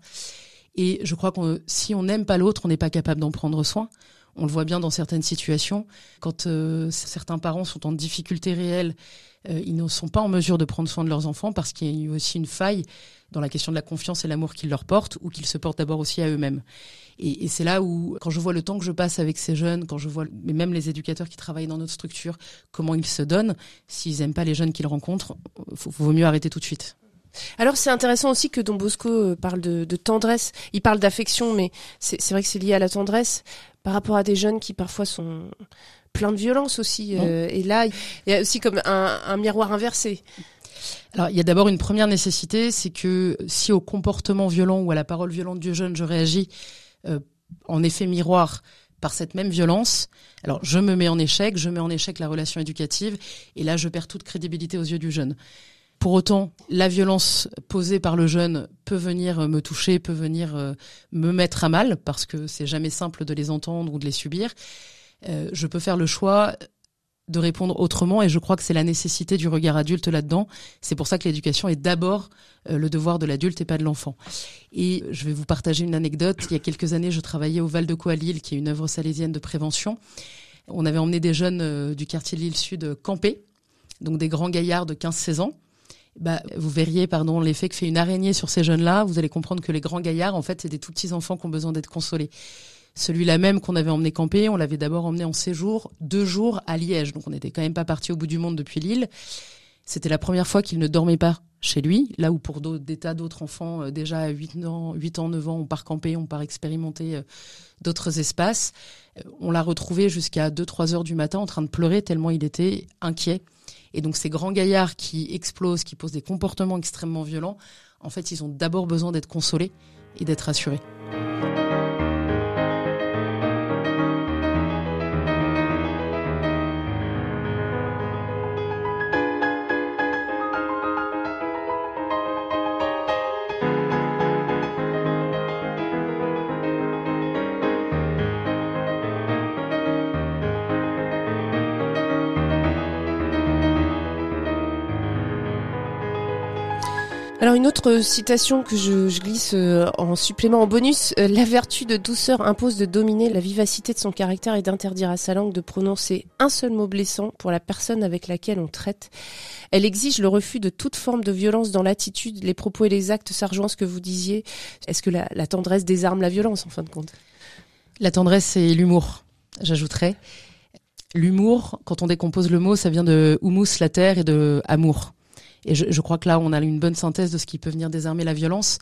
Et je crois que si on n'aime pas l'autre, on n'est pas capable d'en prendre soin. On le voit bien dans certaines situations. Quand euh, certains parents sont en difficulté réelle, euh, ils ne sont pas en mesure de prendre soin de leurs enfants parce qu'il y a eu aussi une faille dans la question de la confiance et l'amour qu'ils leur portent, ou qu'ils se portent d'abord aussi à eux-mêmes. Et, et c'est là où, quand je vois le temps que je passe avec ces jeunes, quand je vois, mais même les éducateurs qui travaillent dans notre structure, comment ils se donnent, s'ils n'aiment pas les jeunes qu'ils rencontrent, il vaut mieux arrêter tout de suite. Alors c'est intéressant aussi que Don Bosco parle de, de tendresse. Il parle d'affection, mais c'est, c'est vrai que c'est lié à la tendresse par rapport à des jeunes qui parfois sont pleins de violence aussi. Euh, et là, il y a aussi comme un, un miroir inversé. Alors, il y a d'abord une première nécessité, c'est que si au comportement violent ou à la parole violente du jeune, je réagis euh, en effet miroir par cette même violence, alors je me mets en échec, je mets en échec la relation éducative, et là je perds toute crédibilité aux yeux du jeune. Pour autant, la violence posée par le jeune peut venir me toucher, peut venir euh, me mettre à mal, parce que c'est jamais simple de les entendre ou de les subir. Euh, je peux faire le choix de répondre autrement, et je crois que c'est la nécessité du regard adulte là-dedans. C'est pour ça que l'éducation est d'abord euh, le devoir de l'adulte et pas de l'enfant. Et je vais vous partager une anecdote. Il y a quelques années, je travaillais au Val de Caux à Lille, qui est une œuvre salésienne de prévention. On avait emmené des jeunes euh, du quartier de Lille Sud camper, donc des grands gaillards de quinze seize ans. Bah, vous verriez, pardon, l'effet que fait une araignée sur ces jeunes-là. Vous allez comprendre que les grands gaillards, en fait, c'est des tout petits enfants qui ont besoin d'être consolés. Celui-là même qu'on avait emmené camper, on l'avait d'abord emmené en séjour, deux jours à Liège. Donc on n'était quand même pas parti au bout du monde depuis Lille. C'était la première fois qu'il ne dormait pas chez lui, là où pour d'autres, des tas d'autres enfants, euh, déjà à huit ans, huit ans, neuf ans, on part camper, on part expérimenter euh, d'autres espaces. Euh, on l'a retrouvé jusqu'à deux trois heures du matin en train de pleurer tellement il était inquiet. Et donc ces grands gaillards qui explosent, qui posent des comportements extrêmement violents, en fait ils ont d'abord besoin d'être consolés et d'être rassurés. Alors une autre citation que je, je glisse en supplément en bonus, euh, la vertu de douceur impose de dominer la vivacité de son caractère et d'interdire à sa langue de prononcer un seul mot blessant pour la personne avec laquelle on traite. Elle exige le refus de toute forme de violence dans l'attitude, les propos et les actes. Ça rejoint ce que vous disiez. Est-ce que la, la tendresse désarme la violence en fin de compte ? La tendresse et l'humour, j'ajouterais. L'humour, quand on décompose le mot, ça vient de humus, la terre, et de amour. Et je, je crois que là, on a une bonne synthèse de ce qui peut venir désarmer la violence.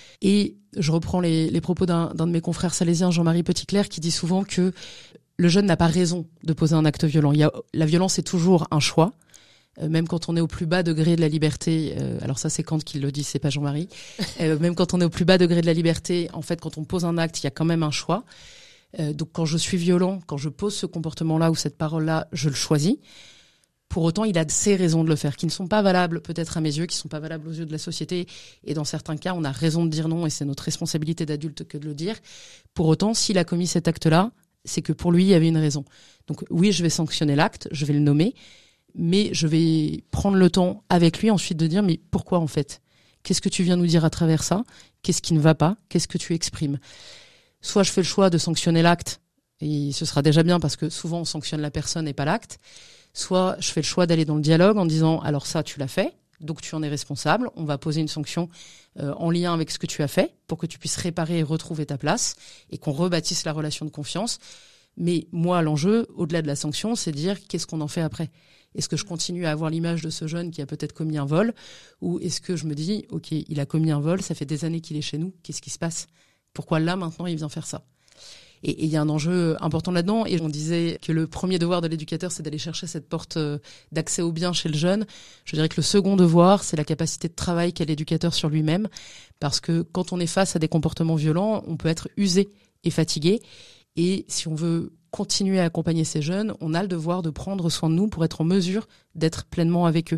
Et je reprends les, les propos d'un, d'un de mes confrères salésiens, Jean-Marie Petitclerc, qui dit souvent que le jeune n'a pas raison de poser un acte violent. Il y a, la violence est toujours un choix, euh, même quand on est au plus bas degré de la liberté. Euh, alors ça, c'est Kant qui le dit, c'est pas Jean-Marie. Euh, même quand on est au plus bas degré de la liberté, en fait, quand on pose un acte, il y a quand même un choix. Euh, donc quand je suis violent, quand je pose ce comportement-là ou cette parole-là, je le choisis. Pour autant, il a ses raisons de le faire, qui ne sont pas valables peut-être à mes yeux, qui ne sont pas valables aux yeux de la société. Et dans certains cas, on a raison de dire non et c'est notre responsabilité d'adulte que de le dire. Pour autant, s'il a commis cet acte-là, c'est que pour lui, il y avait une raison. Donc oui, je vais sanctionner l'acte, je vais le nommer, mais je vais prendre le temps avec lui ensuite de dire mais pourquoi en fait ? Qu'est-ce que tu viens nous dire à travers ça ? Qu'est-ce qui ne va pas ? Qu'est-ce que tu exprimes ? Soit je fais le choix de sanctionner l'acte, et ce sera déjà bien parce que souvent on sanctionne la personne et pas l'acte. Soit je fais le choix d'aller dans le dialogue en disant alors ça tu l'as fait, donc tu en es responsable, on va poser une sanction euh, en lien avec ce que tu as fait pour que tu puisses réparer et retrouver ta place et qu'on rebâtisse la relation de confiance. Mais moi l'enjeu, au-delà de la sanction, c'est de dire qu'est-ce qu'on en fait après ? Est-ce que je continue à avoir l'image de ce jeune qui a peut-être commis un vol ou est-ce que je me dis ok, il a commis un vol, ça fait des années qu'il est chez nous, qu'est-ce qui se passe ? Pourquoi là maintenant il vient faire ça ? Et il y a un enjeu important là-dedans. Et on disait que le premier devoir de l'éducateur, c'est d'aller chercher cette porte d'accès au bien chez le jeune. Je dirais que le second devoir, c'est la capacité de travail qu'a l'éducateur sur lui-même. Parce que quand on est face à des comportements violents, on peut être usé et fatigué. Et si on veut continuer à accompagner ces jeunes, on a le devoir de prendre soin de nous pour être en mesure d'être pleinement avec eux.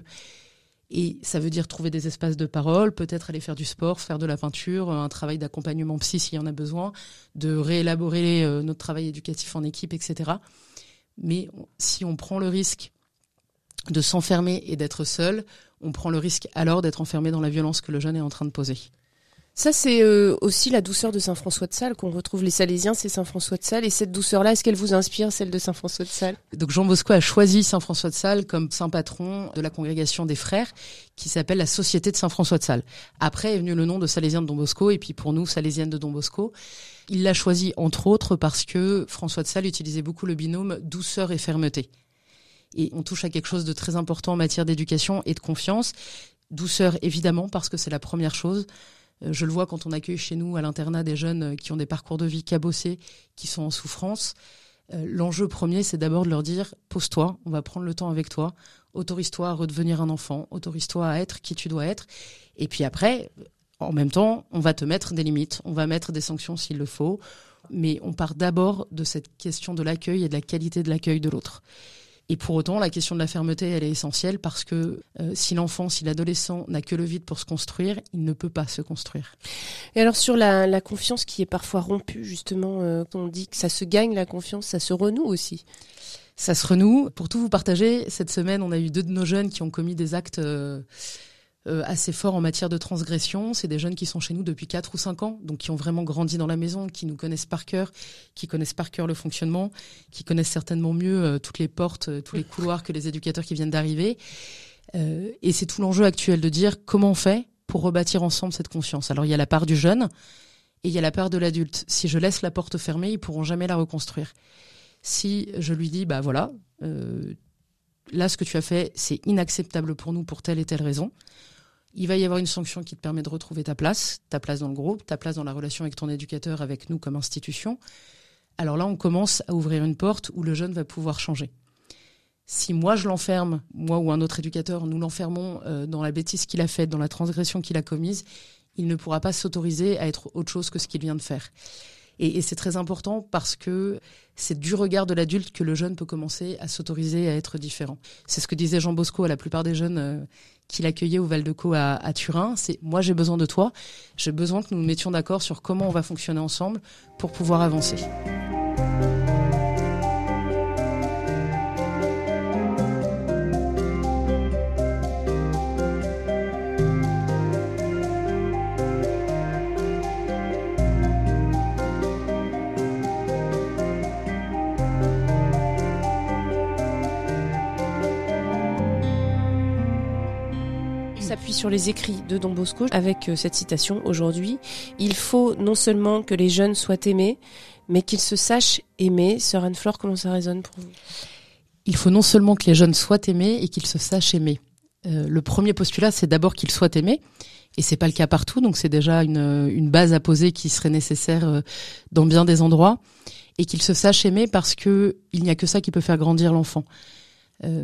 Et ça veut dire trouver des espaces de parole, peut-être aller faire du sport, faire de la peinture, un travail d'accompagnement psy s'il y en a besoin, de réélaborer euh, notre travail éducatif en équipe, et cetera. Mais si on prend le risque de s'enfermer et d'être seul, on prend le risque alors d'être enfermé dans la violence que le jeune est en train de poser. Ça, c'est euh, aussi la douceur de Saint-François de Sales qu'on retrouve. Les Salésiens, c'est Saint-François de Sales. Et cette douceur-là, est-ce qu'elle vous inspire, celle de Saint-François de Sales ? Donc Jean Bosco a choisi Saint-François de Sales comme saint patron de la congrégation des frères, qui s'appelle la Société de Saint-François de Sales. Après est venu le nom de Salésien de Don Bosco, et puis pour nous, Salésienne de Don Bosco. Il l'a choisi entre autres parce que François de Sales utilisait beaucoup le binôme douceur et fermeté. Et on touche à quelque chose de très important en matière d'éducation et de confiance. Douceur, évidemment, parce que c'est la première chose. Je le vois quand on accueille chez nous à l'internat des jeunes qui ont des parcours de vie cabossés, qui sont en souffrance. Euh, l'enjeu premier, c'est d'abord de leur dire « pose-toi, on va prendre le temps avec toi, autorise-toi à redevenir un enfant, autorise-toi à être qui tu dois être. » Et puis après, en même temps, on va te mettre des limites, on va mettre des sanctions s'il le faut, mais on part d'abord de cette question de l'accueil et de la qualité de l'accueil de l'autre. Et pour autant, la question de la fermeté, elle est essentielle parce que euh, si l'enfant, si l'adolescent n'a que le vide pour se construire, il ne peut pas se construire. Et alors sur la, la confiance qui est parfois rompue, justement, euh, on dit que ça se gagne la confiance, ça se renoue aussi. Ça se renoue. Pour tout vous partager, cette semaine, on a eu deux de nos jeunes qui ont commis des actes euh, euh, assez forts en matière de transgression. C'est des jeunes qui sont chez nous depuis quatre ou cinq ans, donc qui ont vraiment grandi dans la maison, qui nous connaissent par cœur, qui connaissent par cœur le fonctionnement, qui connaissent certainement mieux euh, toutes les portes, euh, tous les couloirs que les éducateurs qui viennent d'arriver. Euh, et c'est tout l'enjeu actuel de dire comment on fait pour rebâtir ensemble cette confiance. Alors il y a la part du jeune et il y a la part de l'adulte. Si je laisse la porte fermée, ils pourront jamais la reconstruire. Si je lui dis, bah voilà, euh, là ce que tu as fait, c'est inacceptable pour nous pour telle et telle raison. Il va y avoir une sanction qui te permet de retrouver ta place, ta place dans le groupe, ta place dans la relation avec ton éducateur, avec nous comme institution. Alors là, on commence à ouvrir une porte où le jeune va pouvoir changer. Si moi je l'enferme, moi ou un autre éducateur, nous l'enfermons euh, dans la bêtise qu'il a faite, dans la transgression qu'il a commise, il ne pourra pas s'autoriser à être autre chose que ce qu'il vient de faire. Et, et c'est très important parce que c'est du regard de l'adulte que le jeune peut commencer à s'autoriser à être différent. C'est ce que disait Jean Bosco à la plupart des jeunes euh, qu'il accueillait au Val-de-Caux à, à Turin. C'est « moi j'ai besoin de toi, j'ai besoin que nous nous mettions d'accord sur comment on va fonctionner ensemble pour pouvoir avancer ». s'appuie sur les écrits de Don Bosco avec cette citation aujourd'hui. Il faut non seulement que les jeunes soient aimés, mais qu'ils se sachent aimer. Sœur Anne-Flore, comment ça résonne pour vous ? Il faut non seulement que les jeunes soient aimés et qu'ils se sachent aimer. Euh, le premier postulat, c'est d'abord qu'ils soient aimés. Et c'est pas le cas partout, donc c'est déjà une, une base à poser qui serait nécessaire dans bien des endroits. Et qu'ils se sachent aimer parce que il n'y a que ça qui peut faire grandir l'enfant. Euh,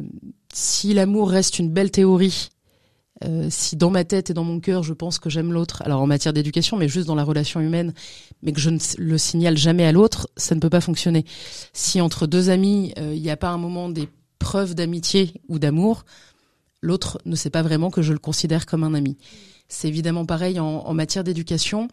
si l'amour reste une belle théorie, euh, si dans ma tête et dans mon cœur je pense que j'aime l'autre, alors en matière d'éducation, mais juste dans la relation humaine, mais que je ne le signale jamais à l'autre, ça ne peut pas fonctionner. Si entre deux amis, il euh, n'y a pas un moment des preuves d'amitié ou d'amour, l'autre ne sait pas vraiment que je le considère comme un ami. C'est évidemment pareil en, en matière d'éducation.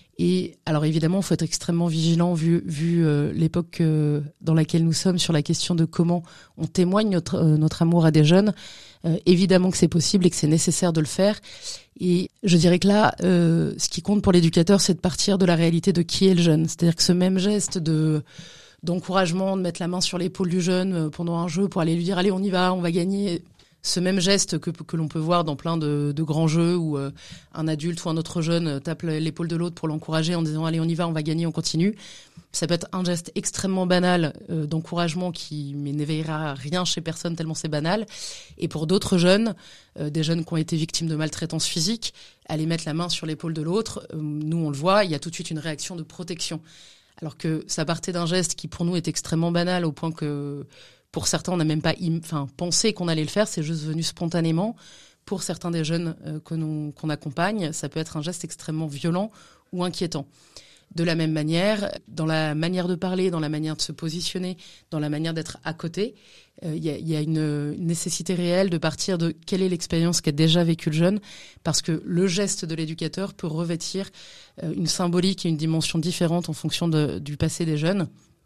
Et alors évidemment, il faut être extrêmement vigilant vu, vu euh, l'époque euh, dans laquelle nous sommes sur la question de comment on témoigne notre, euh, notre amour à des jeunes. Euh, évidemment que c'est possible et que c'est nécessaire de le faire. Et je dirais que là, euh, ce qui compte pour l'éducateur, c'est de partir de la réalité de qui est le jeune. C'est-à-dire que ce même geste de d'encouragement, de mettre la main sur l'épaule du jeune pendant un jeu pour aller lui dire « Allez, on y va, on va gagner », ce même geste que, que l'on peut voir dans plein de, de grands jeux où euh, un adulte ou un autre jeune tape l'épaule de l'autre pour l'encourager en disant « Allez, on y va, on va gagner, on continue ». Ça peut être un geste extrêmement banal euh, d'encouragement qui mais n'éveillera rien chez personne tellement c'est banal. Et pour d'autres jeunes, euh, des jeunes qui ont été victimes de maltraitance physique, aller mettre la main sur l'épaule de l'autre, euh, nous on le voit, il y a tout de suite une réaction de protection. Alors que ça partait d'un geste qui pour nous est extrêmement banal au point que pour certains on n'a même pas im- enfin, pensé qu'on allait le faire, c'est juste venu spontanément. Pour certains des jeunes euh, que nous, qu'on accompagne, ça peut être un geste extrêmement violent ou inquiétant. De la même manière, dans la manière de parler, dans la manière de se positionner, dans la manière d'être à côté, il euh, y, a, y a une nécessité réelle de partir de quelle est l'expérience qu'a déjà vécu le jeune, parce que le geste de l'éducateur peut revêtir euh, une symbolique et une dimension différente en fonction de, du passé des jeunes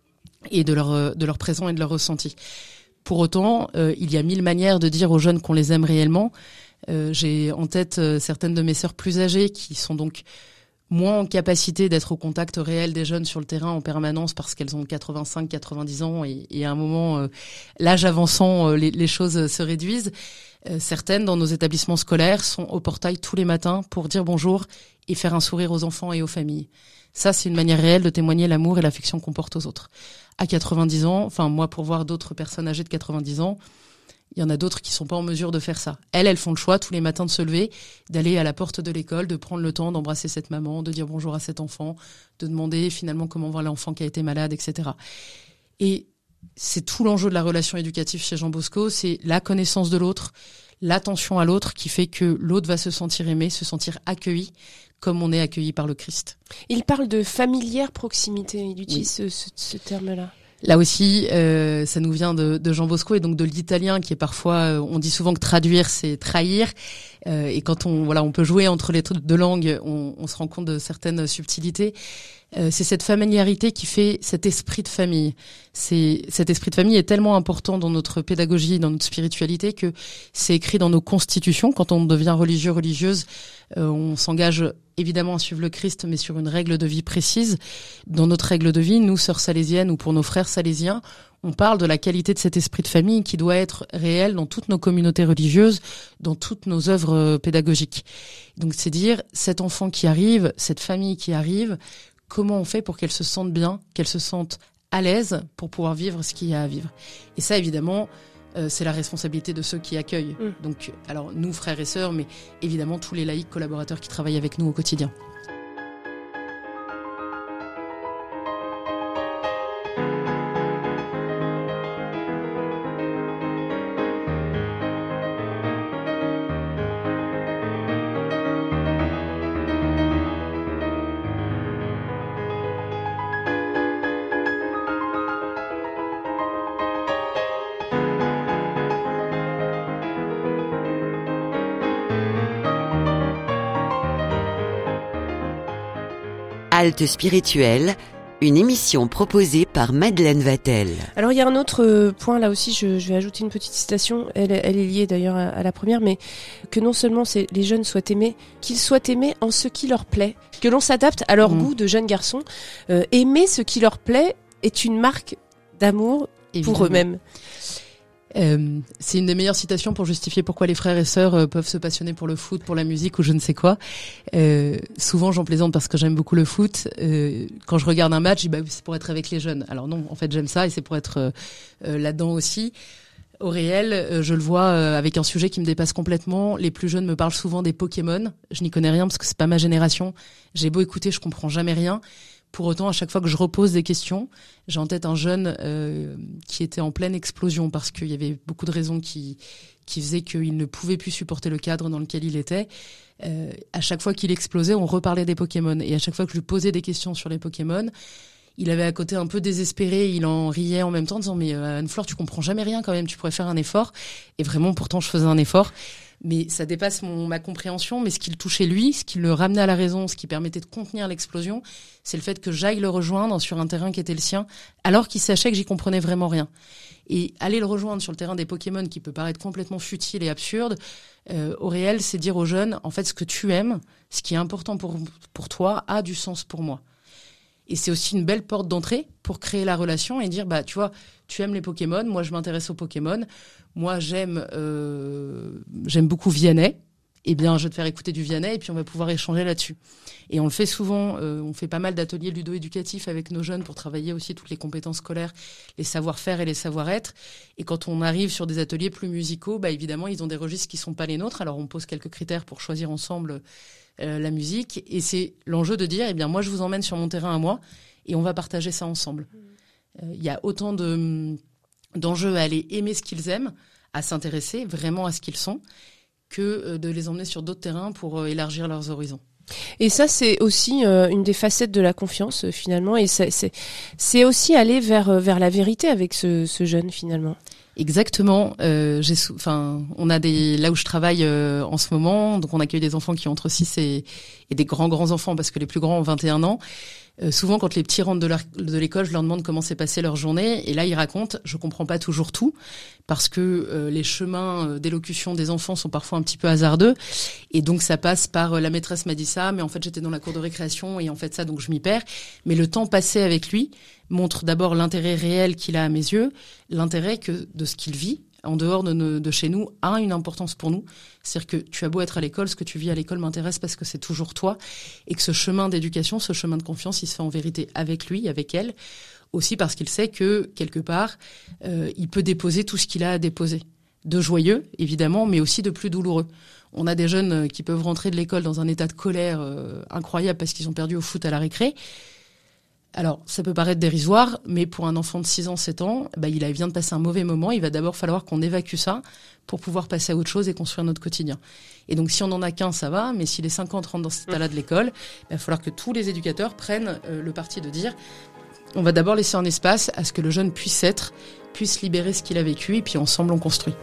et de leur, de leur présent et de leur ressenti. Pour autant, euh, il y a mille manières de dire aux jeunes qu'on les aime réellement. Euh, j'ai en tête euh, certaines de mes sœurs plus âgées qui sont donc moins en capacité d'être au contact réel des jeunes sur le terrain en permanence parce qu'elles ont quatre-vingt-cinq, quatre-vingt-dix ans et, et à un moment, euh, l'âge avançant, euh, les, les choses se réduisent. Euh, certaines, dans nos établissements scolaires, sont au portail tous les matins pour dire bonjour et faire un sourire aux enfants et aux familles. Ça, c'est une manière réelle de témoigner l'amour et l'affection qu'on porte aux autres. À quatre-vingt-dix ans, enfin moi, pour voir d'autres personnes âgées de quatre-vingt-dix ans, il y en a d'autres qui sont pas en mesure de faire ça. Elles, elles font le choix tous les matins de se lever, d'aller à la porte de l'école, de prendre le temps d'embrasser cette maman, de dire bonjour à cet enfant, de demander finalement comment va l'enfant qui a été malade, et cetera. Et c'est tout l'enjeu de la relation éducative chez Jean Bosco, c'est la connaissance de l'autre, l'attention à l'autre qui fait que l'autre va se sentir aimé, se sentir accueilli, comme on est accueilli par le Christ. Il parle de familière proximité, il utilise oui. ce, ce, ce terme-là. Là aussi, euh, ça nous vient de, de Jean Bosco et donc de l'italien qui est parfois, euh, on dit souvent que traduire c'est trahir, euh, et quand on voilà, on peut jouer entre les deux langues, on, on se rend compte de certaines subtilités. Euh, c'est cette familiarité qui fait cet esprit de famille. C'est cet esprit de famille est tellement important dans notre pédagogie, dans notre spiritualité que c'est écrit dans nos constitutions. Quand on devient religieux, religieuse, euh, on s'engage évidemment à suivre le Christ, mais sur une règle de vie précise. Dans notre règle de vie, nous, sœurs salésiennes ou pour nos frères salésiens, on parle de la qualité de cet esprit de famille qui doit être réel dans toutes nos communautés religieuses, dans toutes nos œuvres pédagogiques. Donc c'est dire, cet enfant qui arrive, cette famille qui arrive, comment on fait pour qu'elle se sente bien, qu'elle se sente à l'aise pour pouvoir vivre ce qu'il y a à vivre. Et ça, évidemment, euh, c'est la responsabilité de ceux qui accueillent. Mmh. Donc, alors nous, frères et sœurs, mais évidemment tous les laïcs collaborateurs qui travaillent avec nous au quotidien. Halte spirituelle, une émission proposée par Madeleine Vatel. Alors il y a un autre point là aussi, je, je vais ajouter une petite citation, elle, elle est liée d'ailleurs à, à la première, mais que non seulement c'est, les jeunes soient aimés, qu'ils soient aimés en ce qui leur plaît, que l'on s'adapte à leur mmh. goût de jeunes garçons. Euh, aimer ce qui leur plaît est une marque d'amour évidemment. Pour eux-mêmes. Euh, c'est une des meilleures citations pour justifier pourquoi les frères et sœurs euh, peuvent se passionner pour le foot, pour la musique ou je ne sais quoi. Euh, souvent, j'en plaisante parce que j'aime beaucoup le foot. Euh, quand je regarde un match, je dis, bah, c'est pour être avec les jeunes. Alors non, en fait, j'aime ça et c'est pour être euh, euh, là-dedans aussi. Au réel, euh, je le vois euh, avec un sujet qui me dépasse complètement. Les plus jeunes me parlent souvent des Pokémon. Je n'y connais rien parce que c'est pas ma génération. J'ai beau écouter, je comprends jamais rien. Pour autant, à chaque fois que je repose des questions, j'ai en tête un jeune euh, qui était en pleine explosion parce qu'il y avait beaucoup de raisons qui qui faisaient qu'il ne pouvait plus supporter le cadre dans lequel il était. Euh, à chaque fois qu'il explosait, on reparlait des Pokémon. Et à chaque fois que je lui posais des questions sur les Pokémon, il avait à côté un peu désespéré, il en riait en même temps en disant « Mais euh, Anne-Fleur, tu comprends jamais rien quand même, tu pourrais faire un effort. » Et vraiment, pourtant, je faisais un effort. Mais ça dépasse mon, ma compréhension. Mais ce qui le touchait lui, ce qui le ramenait à la raison, ce qui permettait de contenir l'explosion, c'est le fait que j'aille le rejoindre sur un terrain qui était le sien, alors qu'il sachait que j'y comprenais vraiment rien. Et aller le rejoindre sur le terrain des Pokémon, qui peut paraître complètement futile et absurde, euh, au réel, c'est dire aux jeunes, en fait, ce que tu aimes, ce qui est important pour, pour toi, a du sens pour moi. Et c'est aussi une belle porte d'entrée pour créer la relation et dire, bah, tu vois, tu aimes les Pokémon, moi je m'intéresse aux Pokémon, moi j'aime euh, j'aime beaucoup Vianney, eh bien je vais te faire écouter du Vianney et puis on va pouvoir échanger là-dessus. Et on le fait souvent, euh, on fait pas mal d'ateliers ludo-éducatifs avec nos jeunes pour travailler aussi toutes les compétences scolaires, les savoir-faire et les savoir-être. Et quand on arrive sur des ateliers plus musicaux, bah évidemment ils ont des registres qui sont pas les nôtres, alors on pose quelques critères pour choisir ensemble euh, la musique. Et c'est l'enjeu de dire, eh bien moi je vous emmène sur mon terrain à moi et on va partager ça ensemble. Il euh, y a autant de d'enjeux à aller aimer ce qu'ils aiment, à s'intéresser vraiment à ce qu'ils sont, que de les emmener sur d'autres terrains pour élargir leurs horizons. Et ça, c'est aussi euh, une des facettes de la confiance, euh, finalement, et c'est, c'est, c'est aussi aller vers, vers la vérité avec ce, ce jeune, finalement. Exactement. Euh, j'ai, enfin, on a des là où je travaille euh, en ce moment, donc on accueille des enfants qui ont entre six et, et des grands grands enfants parce que les plus grands ont vingt et un ans. Euh, souvent, quand les petits rentrent de, leur, de l'école, je leur demande comment s'est passée leur journée. Et là, ils racontent, je comprends pas toujours tout, parce que euh, les chemins d'élocution des enfants sont parfois un petit peu hasardeux. Et donc, ça passe par euh, la maîtresse m'a dit ça, mais en fait, j'étais dans la cour de récréation et en fait ça, donc je m'y perds. Mais le temps passé avec lui montre d'abord l'intérêt réel qu'il a à mes yeux, l'intérêt que de ce qu'il vit en dehors de, ne, de chez nous a une importance pour nous. C'est-à-dire que tu as beau être à l'école, ce que tu vis à l'école m'intéresse parce que c'est toujours toi et que ce chemin d'éducation, ce chemin de confiance, il se fait en vérité avec lui, avec elle, aussi parce qu'il sait que, quelque part, euh, il peut déposer tout ce qu'il a à déposer. De joyeux, évidemment, mais aussi de plus douloureux. On a des jeunes qui peuvent rentrer de l'école dans un état de colère euh, incroyable parce qu'ils ont perdu au foot à la récré. Alors, ça peut paraître dérisoire, mais pour un enfant de six ans, sept ans, bah, il vient de passer un mauvais moment. Il va d'abord falloir qu'on évacue ça pour pouvoir passer à autre chose et construire notre quotidien. Et donc, si on en a qu'un, ça va, mais si les cinquante rentrent dans cet état-là de l'école, il va falloir que tous les éducateurs prennent euh, le parti de dire on va d'abord laisser un espace à ce que le jeune puisse être, puisse libérer ce qu'il a vécu, et puis ensemble, on construit.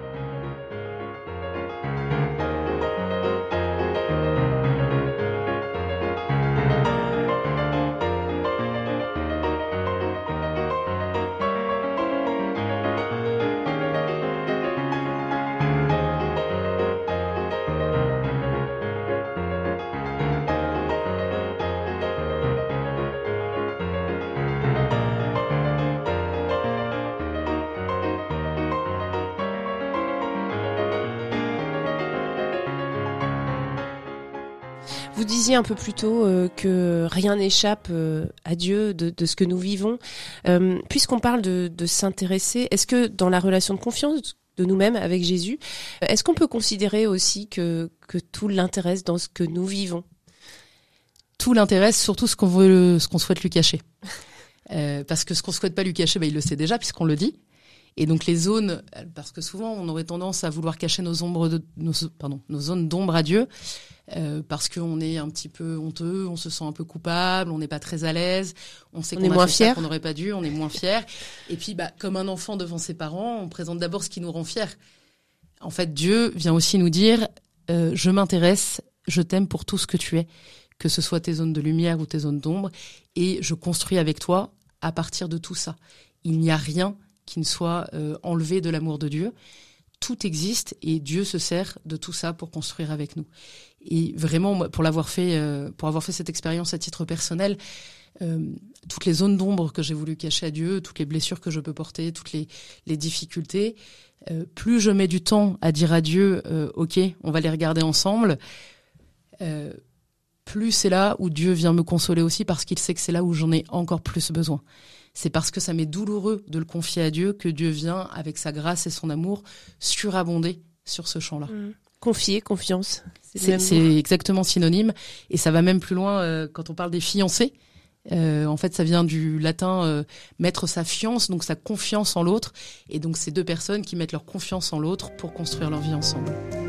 Vous disiez un peu plus tôt euh, que rien n'échappe euh, à Dieu de, de ce que nous vivons. Euh, puisqu'on parle de, de s'intéresser, est-ce que dans la relation de confiance de nous-mêmes avec Jésus, est-ce qu'on peut considérer aussi que, que tout l'intéresse dans ce que nous vivons ? Tout l'intéresse, surtout ce qu'on veut, ce qu'on souhaite lui cacher. Euh, parce que ce qu'on souhaite pas lui cacher, bah, il le sait déjà puisqu'on le dit. Et donc les zones, parce que souvent on aurait tendance à vouloir cacher nos ombres, de, nos, pardon, nos zones d'ombre à Dieu, euh, parce qu'on est un petit peu honteux, on se sent un peu coupable, on n'est pas très à l'aise, on sait on qu'on est a moins fait fier. ça qu'on n'aurait pas dû, on est moins fier. Et puis, bah, comme un enfant devant ses parents, on présente d'abord ce qui nous rend fiers. En fait, Dieu vient aussi nous dire euh, je m'intéresse, je t'aime pour tout ce que tu es, que ce soit tes zones de lumière ou tes zones d'ombre, et je construis avec toi à partir de tout ça. Il n'y a rien qui ne soit euh, enlevé de l'amour de Dieu. Tout existe et Dieu se sert de tout ça pour construire avec nous. Et vraiment, pour l'avoir fait, euh, pour avoir fait cette expérience à titre personnel, euh, toutes les zones d'ombre que j'ai voulu cacher à Dieu, toutes les blessures que je peux porter, toutes les, les difficultés. Euh, plus je mets du temps à dire à Dieu, euh, ok, on va les regarder ensemble, euh, plus c'est là où Dieu vient me consoler aussi, parce qu'il sait que c'est là où j'en ai encore plus besoin. C'est parce que ça m'est douloureux de le confier à Dieu que Dieu vient, avec sa grâce et son amour, surabonder sur ce champ-là. Mmh. Confier, confiance. C'est, c'est, c'est exactement synonyme. Et ça va même plus loin euh, quand on parle des fiancés. Euh, en fait, ça vient du latin euh, mettre sa fiance, donc sa confiance en l'autre. Et donc, c'est deux personnes qui mettent leur confiance en l'autre pour construire leur vie ensemble.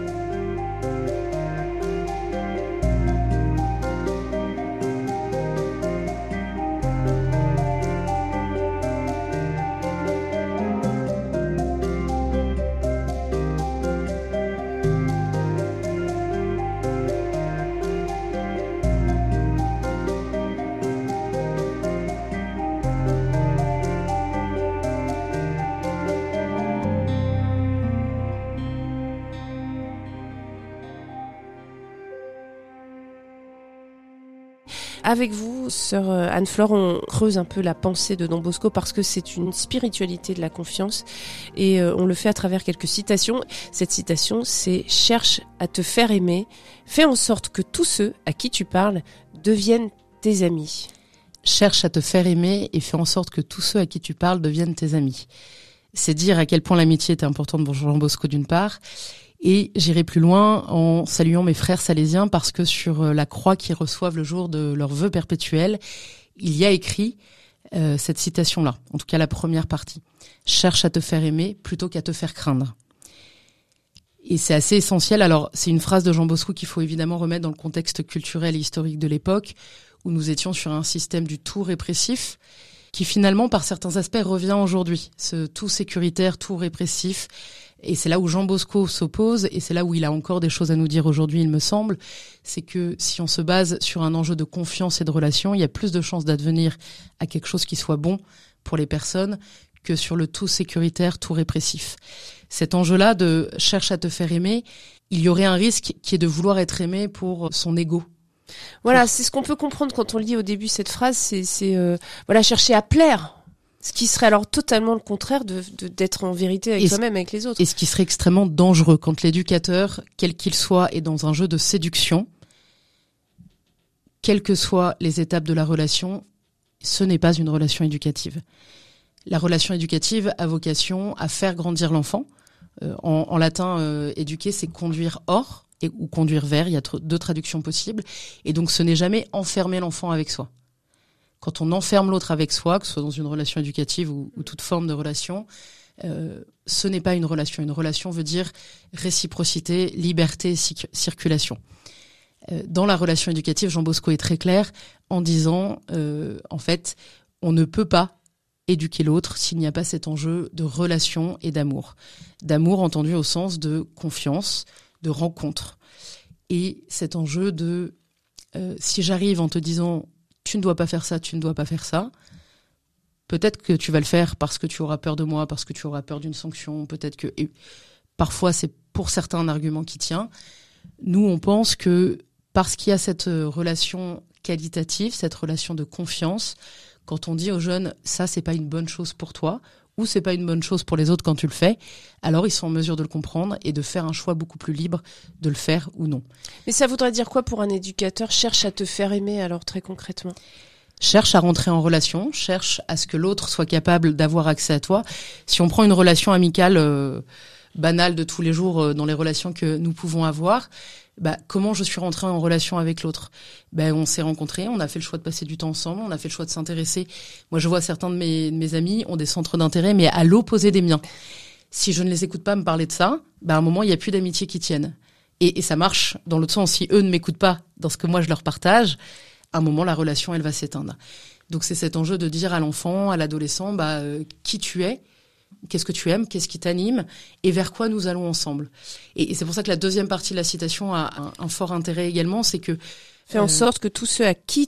Avec vous, sœur Anne-Flore, on creuse un peu la pensée de Don Bosco parce que c'est une spiritualité de la confiance et euh, on le fait à travers quelques citations. Cette citation, c'est « Cherche à te faire aimer, fais en sorte que tous ceux à qui tu parles deviennent tes amis. » Cherche à te faire aimer et fais en sorte que tous ceux à qui tu parles deviennent tes amis. C'est dire à quel point l'amitié est importante pour Jean Bosco d'une part. Et j'irai plus loin en saluant mes frères salésiens parce que sur la croix qu'ils reçoivent le jour de leur vœu perpétuel, il y a écrit euh, cette citation-là, en tout cas la première partie. « Cherche à te faire aimer plutôt qu'à te faire craindre ». Et c'est assez essentiel. Alors, c'est une phrase de Jean Bosco qu'il faut évidemment remettre dans le contexte culturel et historique de l'époque, où nous étions sur un système du tout répressif, qui finalement, par certains aspects, revient aujourd'hui. Ce tout sécuritaire, tout répressif. Et c'est là où Jean Bosco s'oppose, et c'est là où il a encore des choses à nous dire aujourd'hui, il me semble, c'est que si on se base sur un enjeu de confiance et de relation, il y a plus de chances d'advenir à quelque chose qui soit bon pour les personnes que sur le tout sécuritaire, tout répressif. Cet enjeu-là de « cherche à te faire aimer », il y aurait un risque qui est de vouloir être aimé pour son ego. Voilà, c'est ce qu'on peut comprendre quand on lit au début cette phrase, c'est, c'est euh, voilà, chercher à plaire. Ce qui serait alors totalement le contraire de, de d'être en vérité avec et soi-même, avec les autres. Et ce qui serait extrêmement dangereux quand l'éducateur, quel qu'il soit, est dans un jeu de séduction, quelles que soient les étapes de la relation, ce n'est pas une relation éducative. La relation éducative a vocation à faire grandir l'enfant. Euh, en, en latin, euh, éduquer, c'est conduire hors et, ou conduire vers. Il y a tr- deux traductions possibles. Et donc, ce n'est jamais enfermer l'enfant avec soi. Quand on enferme l'autre avec soi, que ce soit dans une relation éducative ou, ou toute forme de relation, euh, ce n'est pas une relation. Une relation veut dire réciprocité, liberté, cic- circulation. Euh, dans la relation éducative, Jean Bosco est très clair en disant, euh, en fait, on ne peut pas éduquer l'autre s'il n'y a pas cet enjeu de relation et d'amour. D'amour entendu au sens de confiance, de rencontre. Et cet enjeu de, euh, si j'arrive en te disant tu ne dois pas faire ça, tu ne dois pas faire ça. Peut-être que tu vas le faire parce que tu auras peur de moi, parce que tu auras peur d'une sanction. Peut-être que, et parfois, c'est pour certains un argument qui tient. Nous, on pense que parce qu'il y a cette relation qualitative, cette relation de confiance, quand on dit aux jeunes, ça, c'est pas une bonne chose pour toi, ou c'est pas une bonne chose pour les autres quand tu le fais, alors ils sont en mesure de le comprendre et de faire un choix beaucoup plus libre de le faire ou non. Mais ça voudrait dire quoi pour un éducateur ? Cherche à te faire aimer, alors très concrètement ? Cherche à rentrer en relation, cherche à ce que l'autre soit capable d'avoir accès à toi. Si on prend une relation amicale euh, banale de tous les jours euh, dans les relations que nous pouvons avoir, bah, comment je suis rentrée en relation avec l'autre ? Ben, on s'est rencontrés, on a fait le choix de passer du temps ensemble, on a fait le choix de s'intéresser. Moi, je vois certains de mes, de mes amis ont des centres d'intérêt, mais à l'opposé des miens. Si je ne les écoute pas me parler de ça, ben, à un moment, il n'y a plus d'amitié qui tienne. Et, et ça marche dans l'autre sens. Si eux ne m'écoutent pas dans ce que moi je leur partage, à un moment, la relation, elle va s'éteindre. Donc, c'est cet enjeu de dire à l'enfant, à l'adolescent, bah, euh, qui tu es, qu'est-ce que tu aimes, qu'est-ce qui t'anime et vers quoi nous allons ensemble. Et, et c'est pour ça que la deuxième partie de la citation a un, un fort intérêt également, c'est que... Fais en euh, sorte que tous ceux à qui tu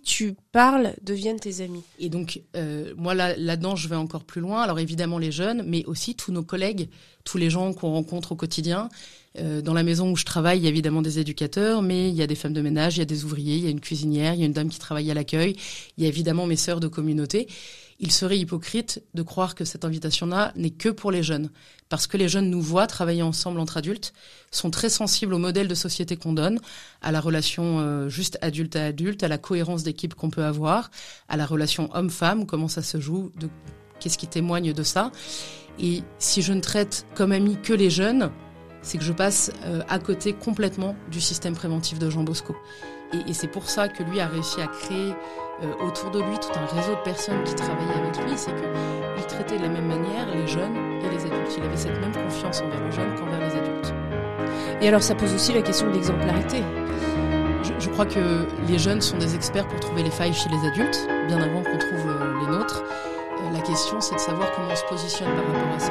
parlent deviennent tes amis. Et donc, euh, moi, là, là-dedans, je vais encore plus loin. Alors, évidemment, les jeunes, mais aussi tous nos collègues, tous les gens qu'on rencontre au quotidien. Euh, dans la maison où je travaille, il y a évidemment des éducateurs, mais il y a des femmes de ménage, il y a des ouvriers, il y a une cuisinière, il y a une dame qui travaille à l'accueil, il y a évidemment mes sœurs de communauté. Il serait hypocrite de croire que cette invitation-là n'est que pour les jeunes. Parce que les jeunes nous voient travailler ensemble entre adultes, sont très sensibles au modèle de société qu'on donne, à la relation euh, juste adulte à adulte, à la cohérence d'équipe qu'on peut avoir, à la relation homme-femme, comment ça se joue, de, qu'est-ce qui témoigne de ça. Et si je ne traite comme amis que les jeunes, c'est que je passe euh, à côté complètement du système préventif de Jean Bosco. Et, et c'est pour ça que lui a réussi à créer euh, autour de lui tout un réseau de personnes qui travaillaient avec lui. C'est qu'il traitait de la même manière les jeunes et les adultes. Il avait cette même confiance envers les jeunes qu'envers les adultes. Et alors ça pose aussi la question de l'exemplarité. Je, je crois que les jeunes sont des experts pour trouver les failles chez les adultes, bien avant qu'on trouve euh, les nôtres. Euh, la question, c'est de savoir comment on se positionne par rapport à ça.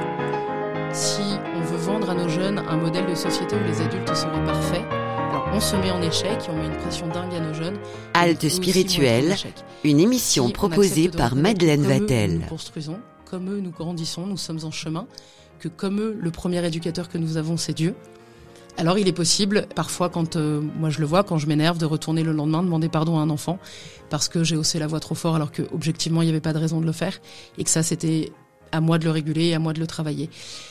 Si on veut vendre à nos jeunes un modèle de société où les adultes seraient parfaits, alors on se met en échec et on met une pression dingue à nos jeunes. Halte spirituelle, une émission si proposée par Madeleine Vatel. Nous construisons, comme eux nous grandissons, nous sommes en chemin, que comme eux, le premier éducateur que nous avons, c'est Dieu. Alors il est possible, parfois quand, euh, moi je le vois, quand je m'énerve, de retourner le lendemain, demander pardon à un enfant, parce que j'ai haussé la voix trop fort alors que objectivement il n'y avait pas de raison de le faire, et que ça c'était à moi de le réguler, à moi de le travailler.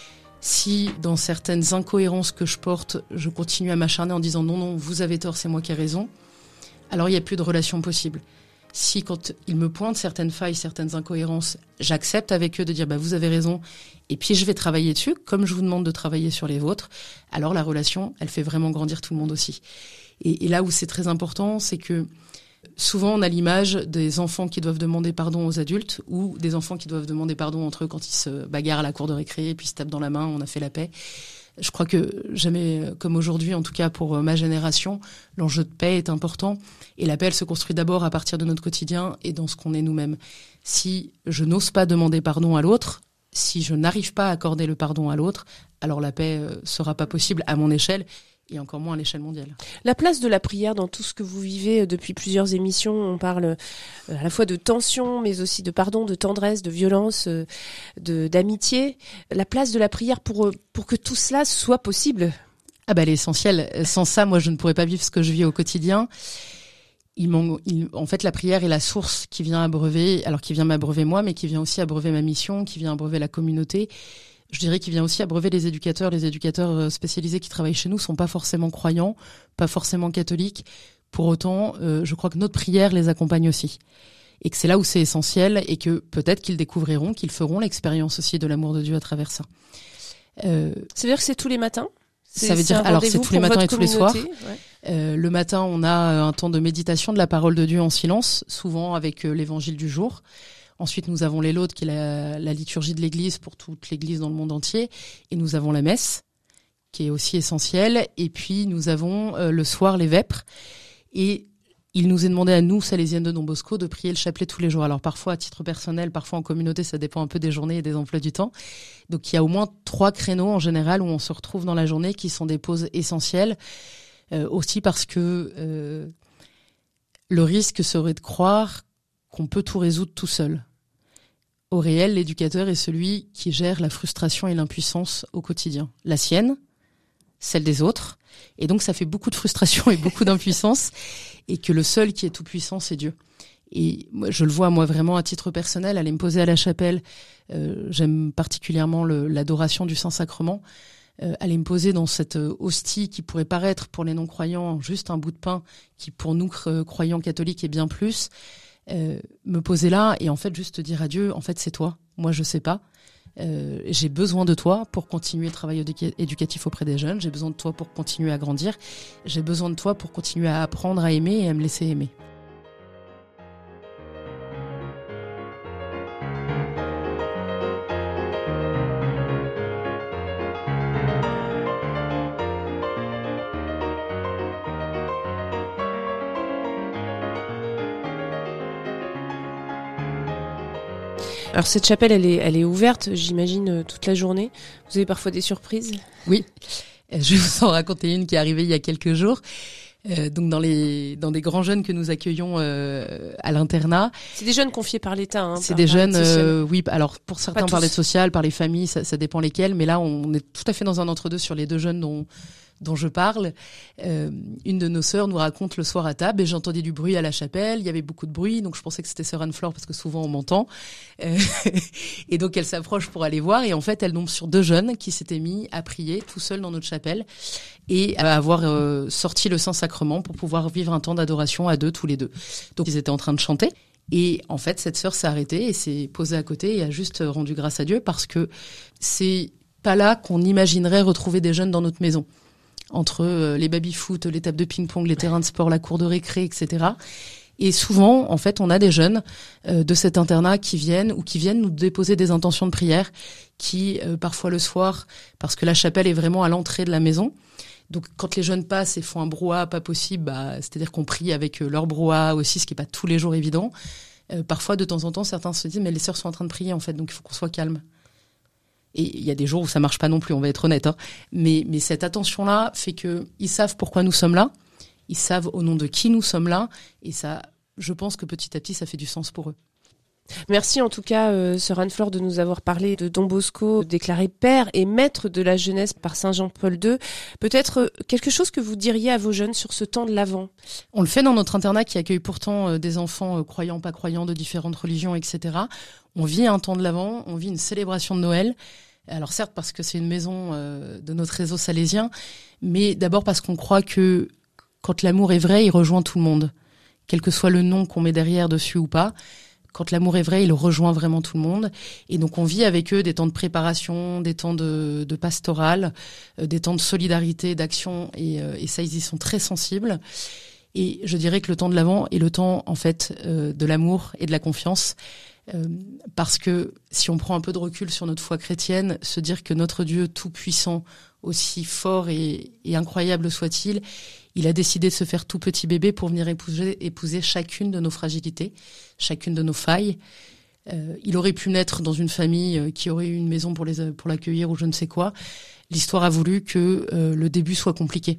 Si, dans certaines incohérences que je porte, je continue à m'acharner en disant non, non, vous avez tort, c'est moi qui ai raison, alors il n'y a plus de relation possible. Si, quand ils me pointent certaines failles, certaines incohérences, j'accepte avec eux de dire bah, vous avez raison, et puis je vais travailler dessus, comme je vous demande de travailler sur les vôtres, alors la relation, elle fait vraiment grandir tout le monde aussi. Et, et là où c'est très important, c'est que souvent, on a l'image des enfants qui doivent demander pardon aux adultes ou des enfants qui doivent demander pardon entre eux quand ils se bagarrent à la cour de récré et puis se tapent dans la main, on a fait la paix. Je crois que jamais, comme aujourd'hui, en tout cas pour ma génération, l'enjeu de paix est important. Et la paix, elle se construit d'abord à partir de notre quotidien et dans ce qu'on est nous-mêmes. Si je n'ose pas demander pardon à l'autre, si je n'arrive pas à accorder le pardon à l'autre, alors la paix sera pas possible à mon échelle. Et encore moins à l'échelle mondiale. La place de la prière dans tout ce que vous vivez depuis plusieurs émissions, on parle à la fois de tension, mais aussi de pardon, de tendresse, de violence, de d'amitié. La place de la prière pour pour que tout cela soit possible. Ah bah l'essentiel. Sans ça, moi, je ne pourrais pas vivre ce que je vis au quotidien. Il m'en, il, en fait, la prière est la source qui vient abreuver, alors qui vient m'abreuver moi, mais qui vient aussi abreuver ma mission, qui vient abreuver la communauté. Je dirais qu'il vient aussi abreuver les éducateurs. Les éducateurs spécialisés qui travaillent chez nous sont pas forcément croyants, pas forcément catholiques. Pour autant, euh, je crois que notre prière les accompagne aussi. Et que c'est là où c'est essentiel et que peut-être qu'ils découvriront, qu'ils feront l'expérience aussi de l'amour de Dieu à travers ça. Euh, ça veut dire que c'est tous les matins ? Ça veut dire, alors c'est tous les matins et tous les soirs. Ouais. Euh, le matin, on a un temps de méditation de la parole de Dieu en silence, souvent avec euh, l'évangile du jour. Ensuite, nous avons l'élode, qui est la, la liturgie de l'Église pour toute l'Église dans le monde entier. Et nous avons la messe, qui est aussi essentielle. Et puis, nous avons euh, le soir les vêpres. Et il nous est demandé à nous, Salésiennes de Don Bosco, de prier le chapelet tous les jours. Alors parfois à titre personnel, parfois en communauté, ça dépend un peu des journées et des emplois du temps. Donc il y a au moins trois créneaux en général où on se retrouve dans la journée qui sont des pauses essentielles. Euh, aussi parce que euh, le risque serait de croire qu'on peut tout résoudre tout seul. Au réel, l'éducateur est celui qui gère la frustration et l'impuissance au quotidien. La sienne, celle des autres. Et donc, ça fait beaucoup de frustration et beaucoup d'impuissance. Et que le seul qui est tout puissant, c'est Dieu. Et moi, je le vois, moi, vraiment, à titre personnel, aller me poser à la chapelle. Euh, j'aime particulièrement le, l'adoration du Saint-Sacrement. Euh, aller me poser dans cette hostie qui pourrait paraître pour les non-croyants juste un bout de pain, qui pour nous, croyants catholiques, est bien plus. Euh, me poser là et en fait juste dire à Dieu, en fait c'est toi, moi je sais pas, euh, j'ai besoin de toi pour continuer le travail éduca- éducatif auprès des jeunes, j'ai besoin de toi pour continuer à grandir, j'ai besoin de toi pour continuer à apprendre à aimer et à me laisser aimer. Alors cette chapelle, elle est, elle est ouverte, j'imagine, toute la journée. Vous avez parfois des surprises ? Oui, je vais vous en raconter une qui est arrivée il y a quelques jours. Euh, donc dans les dans des grands jeunes que nous accueillons euh, à l'internat. C'est des jeunes confiés par l'État. Hein, c'est par, des par jeunes, euh, oui. Alors pour certains Pas par l'aide tous. sociale, par les familles, ça, ça dépend lesquels. Mais là, on est tout à fait dans un entre-deux sur les deux jeunes dont dont je parle. Euh, une de nos sœurs nous raconte le soir à table, et j'entendais du bruit à la chapelle, il y avait beaucoup de bruit, donc je pensais que c'était sœur Anne-Flore parce que souvent on m'entend. Euh, et donc elle s'approche pour aller voir, et en fait elle tombe sur deux jeunes qui s'étaient mis à prier tout seuls dans notre chapelle et à avoir euh, sorti le Saint-Sacrement pour pouvoir vivre un temps d'adoration à deux, tous les deux. Donc ils étaient en train de chanter. Et en fait, cette sœur s'est arrêtée et s'est posée à côté et a juste rendu grâce à Dieu, parce que c'est pas là qu'on imaginerait retrouver des jeunes dans notre maison. Entre euh, les baby-foot, les tables de ping-pong, les terrains de sport, la cour de récré, et cetera. Et souvent, en fait, on a des jeunes euh, de cet internat qui viennent ou qui viennent nous déposer des intentions de prière, qui, euh, parfois le soir, parce que la chapelle est vraiment à l'entrée de la maison. Donc, quand les jeunes passent et font un brouhaha pas possible, bah, c'est-à-dire qu'on prie avec euh, leur brouhaha aussi, ce qui est pas tous les jours évident. Euh, parfois, de temps en temps, certains se disent, mais les sœurs sont en train de prier, en fait, donc il faut qu'on soit calme. Et il y a des jours où ça marche pas non plus, on va être honnête, hein. Mais, mais cette attention-là fait que ils savent pourquoi nous sommes là, ils savent au nom de qui nous sommes là, et ça, je pense que petit à petit, ça fait du sens pour eux. Merci en tout cas, euh, sœur Anne-Flore, de nous avoir parlé de Don Bosco, déclaré père et maître de la jeunesse par Saint Jean-Paul deux. Peut-être euh, quelque chose que vous diriez à vos jeunes sur ce temps de l'Avent. On le fait dans notre internat qui accueille pourtant euh, des enfants euh, croyants, pas croyants, de différentes religions, et cetera. On vit un temps de l'Avent, on vit une célébration de Noël. Alors certes parce que c'est une maison euh, de notre réseau salésien, mais d'abord parce qu'on croit que quand l'amour est vrai, il rejoint tout le monde. Quel que soit le nom qu'on met derrière dessus ou pas, quand l'amour est vrai, il rejoint vraiment tout le monde. Et donc on vit avec eux des temps de préparation, des temps de, de pastoral, euh, des temps de solidarité, d'action, et, euh, et ça, ils y sont très sensibles. Et je dirais que le temps de l'Avent est le temps, en fait, euh, de l'amour et de la confiance. Euh, parce que si on prend un peu de recul sur notre foi chrétienne, se dire que notre Dieu tout-puissant, aussi fort et, et incroyable soit-il, il a décidé de se faire tout petit bébé pour venir épouser, épouser chacune de nos fragilités, chacune de nos failles. Euh, il aurait pu naître dans une famille qui aurait eu une maison pour, les, pour l'accueillir ou je ne sais quoi. L'histoire a voulu que euh, le début soit compliqué.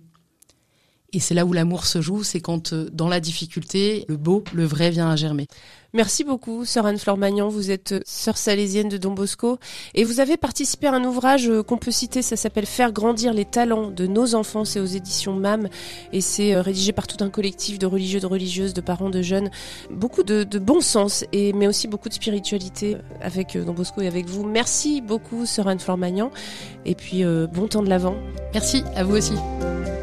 Et c'est là où l'amour se joue, c'est quand, euh, dans la difficulté, le beau, le vrai vient à germer. Merci beaucoup, sœur Anne-Flore Magnan. Vous êtes sœur salésienne de Don Bosco et vous avez participé à un ouvrage qu'on peut citer, ça s'appelle « Faire grandir les talents de nos enfants », c'est aux éditions M A M et c'est rédigé par tout un collectif de religieux, de religieuses, de parents, de jeunes. Beaucoup de, de bon sens, et, mais aussi beaucoup de spiritualité avec Don Bosco et avec vous. Merci beaucoup, sœur Anne-Flore Magnan, et puis euh, bon temps de l'Avent. Merci, à vous aussi.